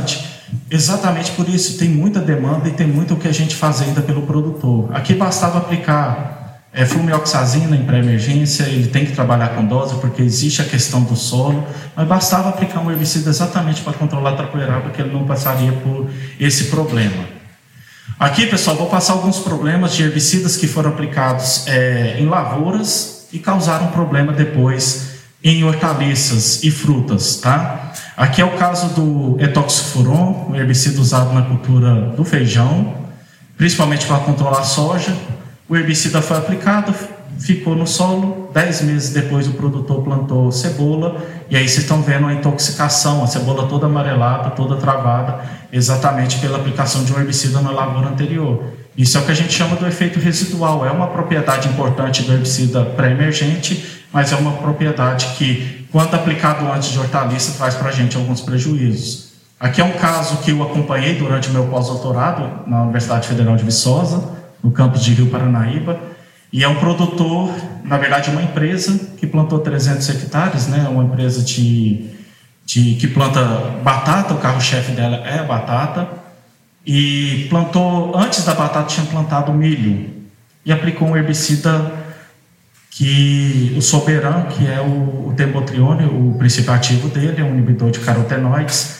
Exatamente por isso, tem muita demanda e tem muito o que a gente faz ainda pelo produtor. Aqui bastava aplicar é, flumioxazina em pré-emergência, ele tem que trabalhar com dose porque existe a questão do solo, mas bastava aplicar um herbicida exatamente para controlar a trapoeiraba, porque ele não passaria por esse problema. Aqui, pessoal, vou passar alguns problemas de herbicidas que foram aplicados é, em lavouras e causaram problema depois em hortaliças e frutas, tá? Aqui é o caso do etoxifuron, um herbicida usado na cultura do feijão, principalmente para controlar a soja. O herbicida foi aplicado, ficou no solo, dez meses depois o produtor plantou cebola, e aí vocês estão vendo a intoxicação, a cebola toda amarelada, toda travada, exatamente pela aplicação de um herbicida na lavoura anterior. Isso é o que a gente chama do efeito residual, é uma propriedade importante do herbicida pré-emergente, mas é uma propriedade que, quando aplicado antes de hortaliça, traz para a gente alguns prejuízos. Aqui é um caso que eu acompanhei durante o meu pós-doutorado na Universidade Federal de Viçosa, no campus de Rio Paranaíba, e é um produtor, na verdade uma empresa que plantou trezentos hectares, né, uma empresa de, de, que planta batata, o carro-chefe dela é a batata, e plantou, antes da batata tinha plantado milho, e aplicou um herbicida que o Soberan, que é o, o Tembotrione, o princípio ativo dele, é um inibidor de carotenoides,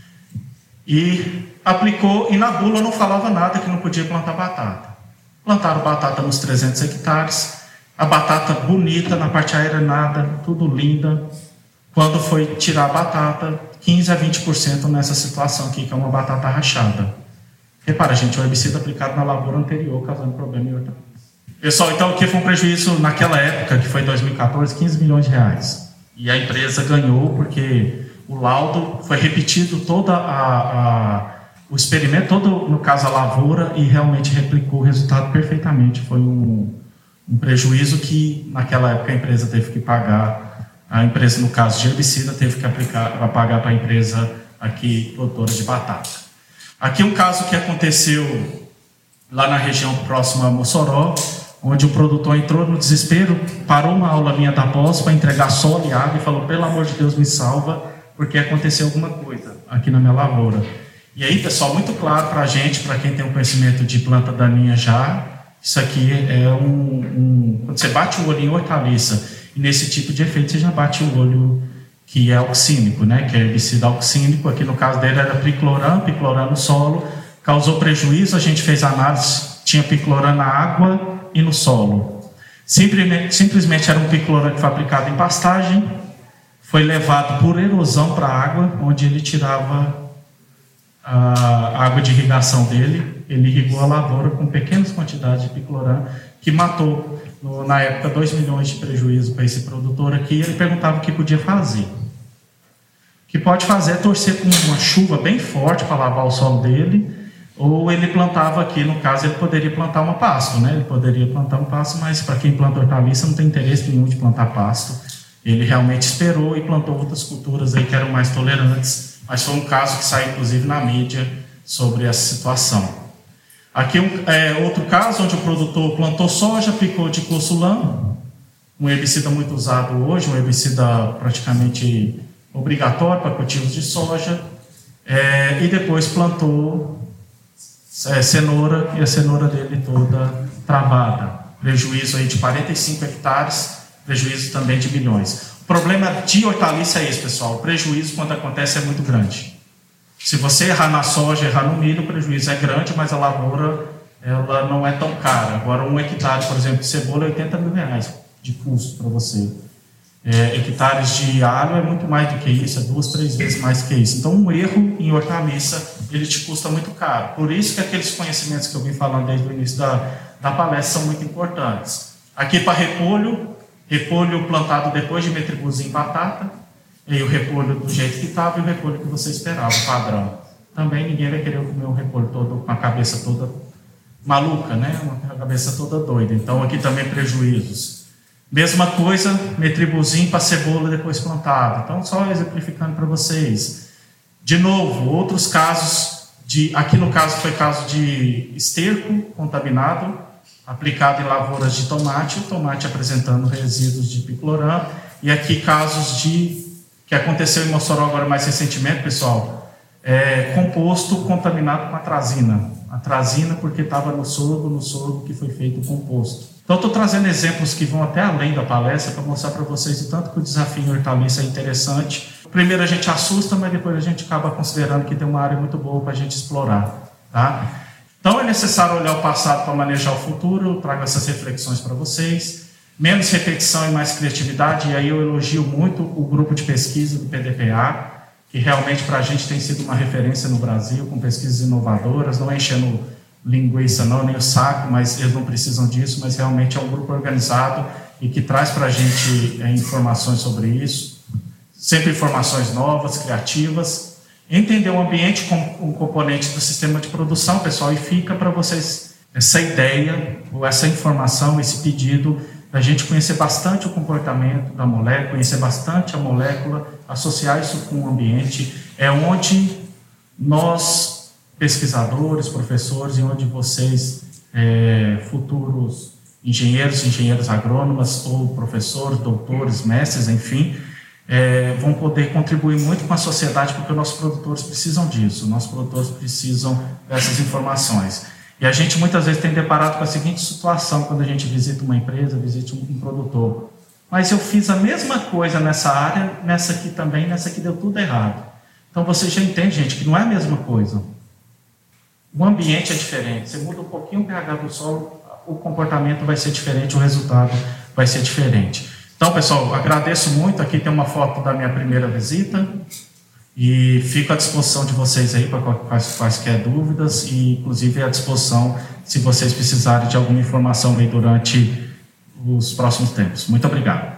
e aplicou, e na bula não falava nada que não podia plantar batata. Plantaram batata nos trezentos hectares, a batata bonita, na parte aérea nada, tudo linda. Quando foi tirar a batata, quinze a vinte por cento nessa situação aqui, que é uma batata rachada. Repara, gente, o herbicida aplicado na lavoura anterior, causando problema em hortaliça. Pessoal, então aqui foi um prejuízo naquela época, que foi em dois mil e quatorze, quinze milhões de reais. E a empresa ganhou porque o laudo foi repetido toda a... a o experimento todo, no caso a lavoura, e realmente replicou o resultado perfeitamente. Foi um, um prejuízo que naquela época a empresa teve que pagar, a empresa no caso de herbicida teve que aplicar, pagar para a empresa aqui produtora de batata. Aqui um caso que aconteceu lá na região próxima a Mossoró, onde o produtor entrou no desespero, parou uma aula minha da pós para entregar solo e água e falou: pelo amor de Deus, me salva, porque aconteceu alguma coisa aqui na minha lavoura. E aí, pessoal, muito claro para a gente, para quem tem um conhecimento de planta daninha já, isso aqui é um, um... Quando você bate o olho em hortaliça, e nesse tipo de efeito você já bate o olho que é auxínico, né? Que é herbicida auxínico. Aqui no caso dele era picloram, picloram no solo, causou prejuízo, a gente fez análise, tinha picloram na água e no solo. Simplesmente, simplesmente era um picloram que foi aplicado em pastagem, foi levado por erosão para a água, onde ele tirava a água de irrigação dele. Ele irrigou a lavoura com pequenas quantidades de picloram, que matou, no, na época, dois milhões de prejuízo para esse produtor aqui. Ele perguntava o que podia fazer. O que pode fazer é torcer com uma chuva bem forte para lavar o solo dele, ou ele plantava aqui, no caso, ele poderia plantar uma pasto, né? Ele poderia plantar um pasto, mas para quem planta hortaliça não tem interesse nenhum de plantar pasto. Ele realmente esperou e plantou outras culturas aí que eram mais tolerantes, mas foi um caso que saiu, inclusive, na mídia sobre essa situação. Aqui um, é outro caso onde o produtor plantou soja, aplicou diclosulam, um herbicida muito usado hoje, um herbicida praticamente obrigatório para cultivos de soja, é, e depois plantou é, cenoura, e a cenoura dele toda travada. Prejuízo aí de quarenta e cinco hectares, prejuízo também de milhões. O problema de hortaliça é esse, pessoal. O prejuízo, quando acontece, é muito grande. Se você errar na soja, errar no milho, o prejuízo é grande, mas a lavoura ela não é tão cara. Agora, um hectare, por exemplo, de cebola é oitenta mil reais de custo para você. É, hectares de alho é muito mais do que isso, é duas, três vezes mais que isso. Então, um erro em hortaliça, ele te custa muito caro. Por isso que aqueles conhecimentos que eu vim falando desde o início da, da palestra são muito importantes. Aqui para repolho, repolho plantado depois de metribuzin em batata, e o repolho do jeito que estava e o repolho que você esperava, padrão. Também ninguém vai querer comer um repolho todo com a cabeça toda maluca, né? Uma cabeça toda doida. Então aqui também prejuízos. Mesma coisa, metribuzin para cebola depois plantada. Então só exemplificando para vocês. De novo, outros casos, de, aqui no caso foi caso de esterco contaminado, aplicado em lavouras de tomate, o tomate apresentando resíduos de picloram, e aqui casos de, que aconteceu em Mossoró agora mais recentemente, pessoal, é, composto contaminado com atrazina. Atrazina porque estava no sorgo, no sorgo que foi feito o composto. Então, estou trazendo exemplos que vão até além da palestra para mostrar para vocês o tanto que o desafio hortaliça é interessante. Primeiro a gente assusta, mas depois a gente acaba considerando que tem uma área muito boa para a gente explorar. Tá? Então, é necessário olhar o passado para manejar o futuro. Eu trago essas reflexões para vocês. Menos repetição e mais criatividade. E aí eu elogio muito o grupo de pesquisa do P D P A, que realmente para a gente tem sido uma referência no Brasil, com pesquisas inovadoras, não enchendo linguiça não, nem o saco, mas eles não precisam disso, mas realmente é um grupo organizado e que traz para a gente é, informações sobre isso, sempre informações novas, criativas. Entender o ambiente como um componente do sistema de produção, pessoal, e fica para vocês essa ideia, ou essa informação, esse pedido, da gente conhecer bastante o comportamento da molécula, conhecer bastante a molécula, associar isso com o ambiente, é onde nós, pesquisadores, professores, e onde vocês, é, futuros engenheiros, engenheiras agrônomas, ou professores, doutores, mestres, enfim, é, vão poder contribuir muito com a sociedade, porque os nossos produtores precisam disso, nossos produtores precisam dessas informações. E a gente muitas vezes tem deparado com a seguinte situação quando a gente visita uma empresa, visita um, um produtor. Mas eu fiz a mesma coisa nessa área, nessa aqui também, nessa aqui deu tudo errado. Então você já entende, gente, que não é a mesma coisa. O ambiente é diferente. Você muda um pouquinho o pH do solo, o comportamento vai ser diferente, o resultado vai ser diferente. Então, pessoal, agradeço muito. Aqui tem uma foto da minha primeira visita. E fico à disposição de vocês aí para quaisquer dúvidas e, inclusive, à disposição se vocês precisarem de alguma informação aí durante os próximos tempos. Muito obrigado.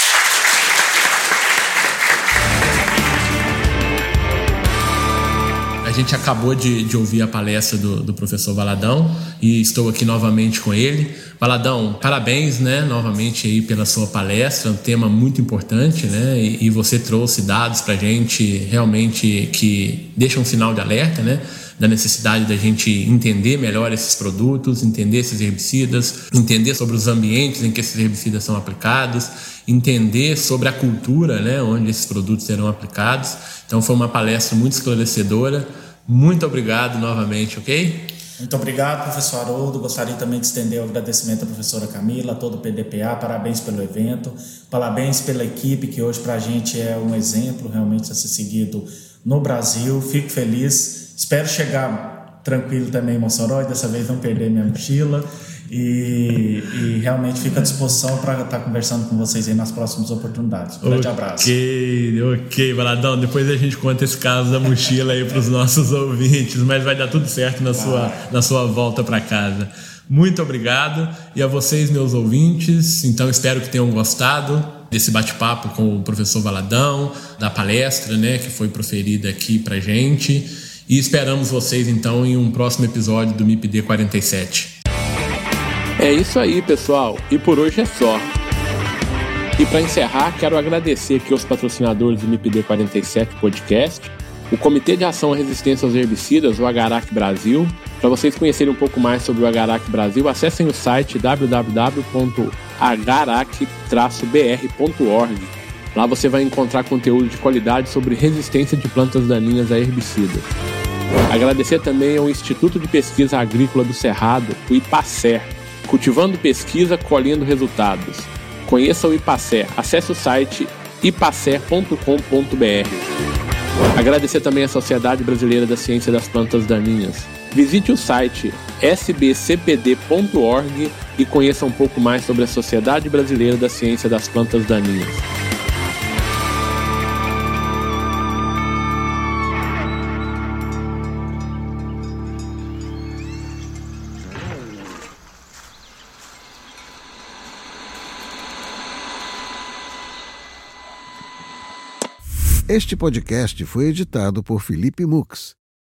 A gente acabou de, de ouvir a palestra do, do professor Valadão e estou aqui novamente com ele. Valadão, parabéns, né, novamente aí pela sua palestra, um tema muito importante, né, e, e você trouxe dados para a gente realmente que deixam um sinal de alerta, né, da necessidade da gente entender melhor esses produtos, entender esses herbicidas, entender sobre os ambientes em que esses herbicidas são aplicados, entender sobre a cultura, né, onde esses produtos serão aplicados. Então foi uma palestra muito esclarecedora. Muito obrigado novamente, ok? Muito obrigado, professor Haroldo. Gostaria também de estender o agradecimento à professora Camila, a todo o P D P A. Parabéns pelo evento, parabéns pela equipe, que hoje para a gente é um exemplo realmente a ser seguido no Brasil. Fico feliz. Espero chegar tranquilo também em Mossoró e dessa vez não perder minha mochila. E, e realmente fico à disposição para estar conversando com vocês aí nas próximas oportunidades. Um grande abraço. Ok, ok, Valadão. Depois a gente conta esse caso da mochila aí para os nossos ouvintes, mas vai dar tudo certo na, sua, na sua volta para casa. Muito obrigado. E a vocês, meus ouvintes, então espero que tenham gostado desse bate-papo com o professor Valadão, da palestra, né, que foi proferida aqui para gente. E esperamos vocês, então, em um próximo episódio do M I P D quarenta e sete. É isso aí, pessoal, e por hoje é só. E para encerrar, quero agradecer aqui aos patrocinadores do M I P D quarenta e sete Podcast, o Comitê de Ação à Resistência aos Herbicidas, o Agarac Brasil. Para vocês conhecerem um pouco mais sobre o Agarac Brasil, acessem o site w w w ponto agarac traço b r ponto org. Lá você vai encontrar conteúdo de qualidade sobre resistência de plantas daninhas a herbicidas. Agradecer também ao Instituto de Pesquisa Agrícola do Cerrado, o IPACER, cultivando pesquisa, colhendo resultados. Conheça o IPACER, acesse o site ipacer ponto com ponto b r. Agradecer também à Sociedade Brasileira da Ciência das Plantas Daninhas. Visite o site s b c p d ponto org e conheça um pouco mais sobre a Sociedade Brasileira da Ciência das Plantas Daninhas. Este podcast foi editado por Felipe Mux.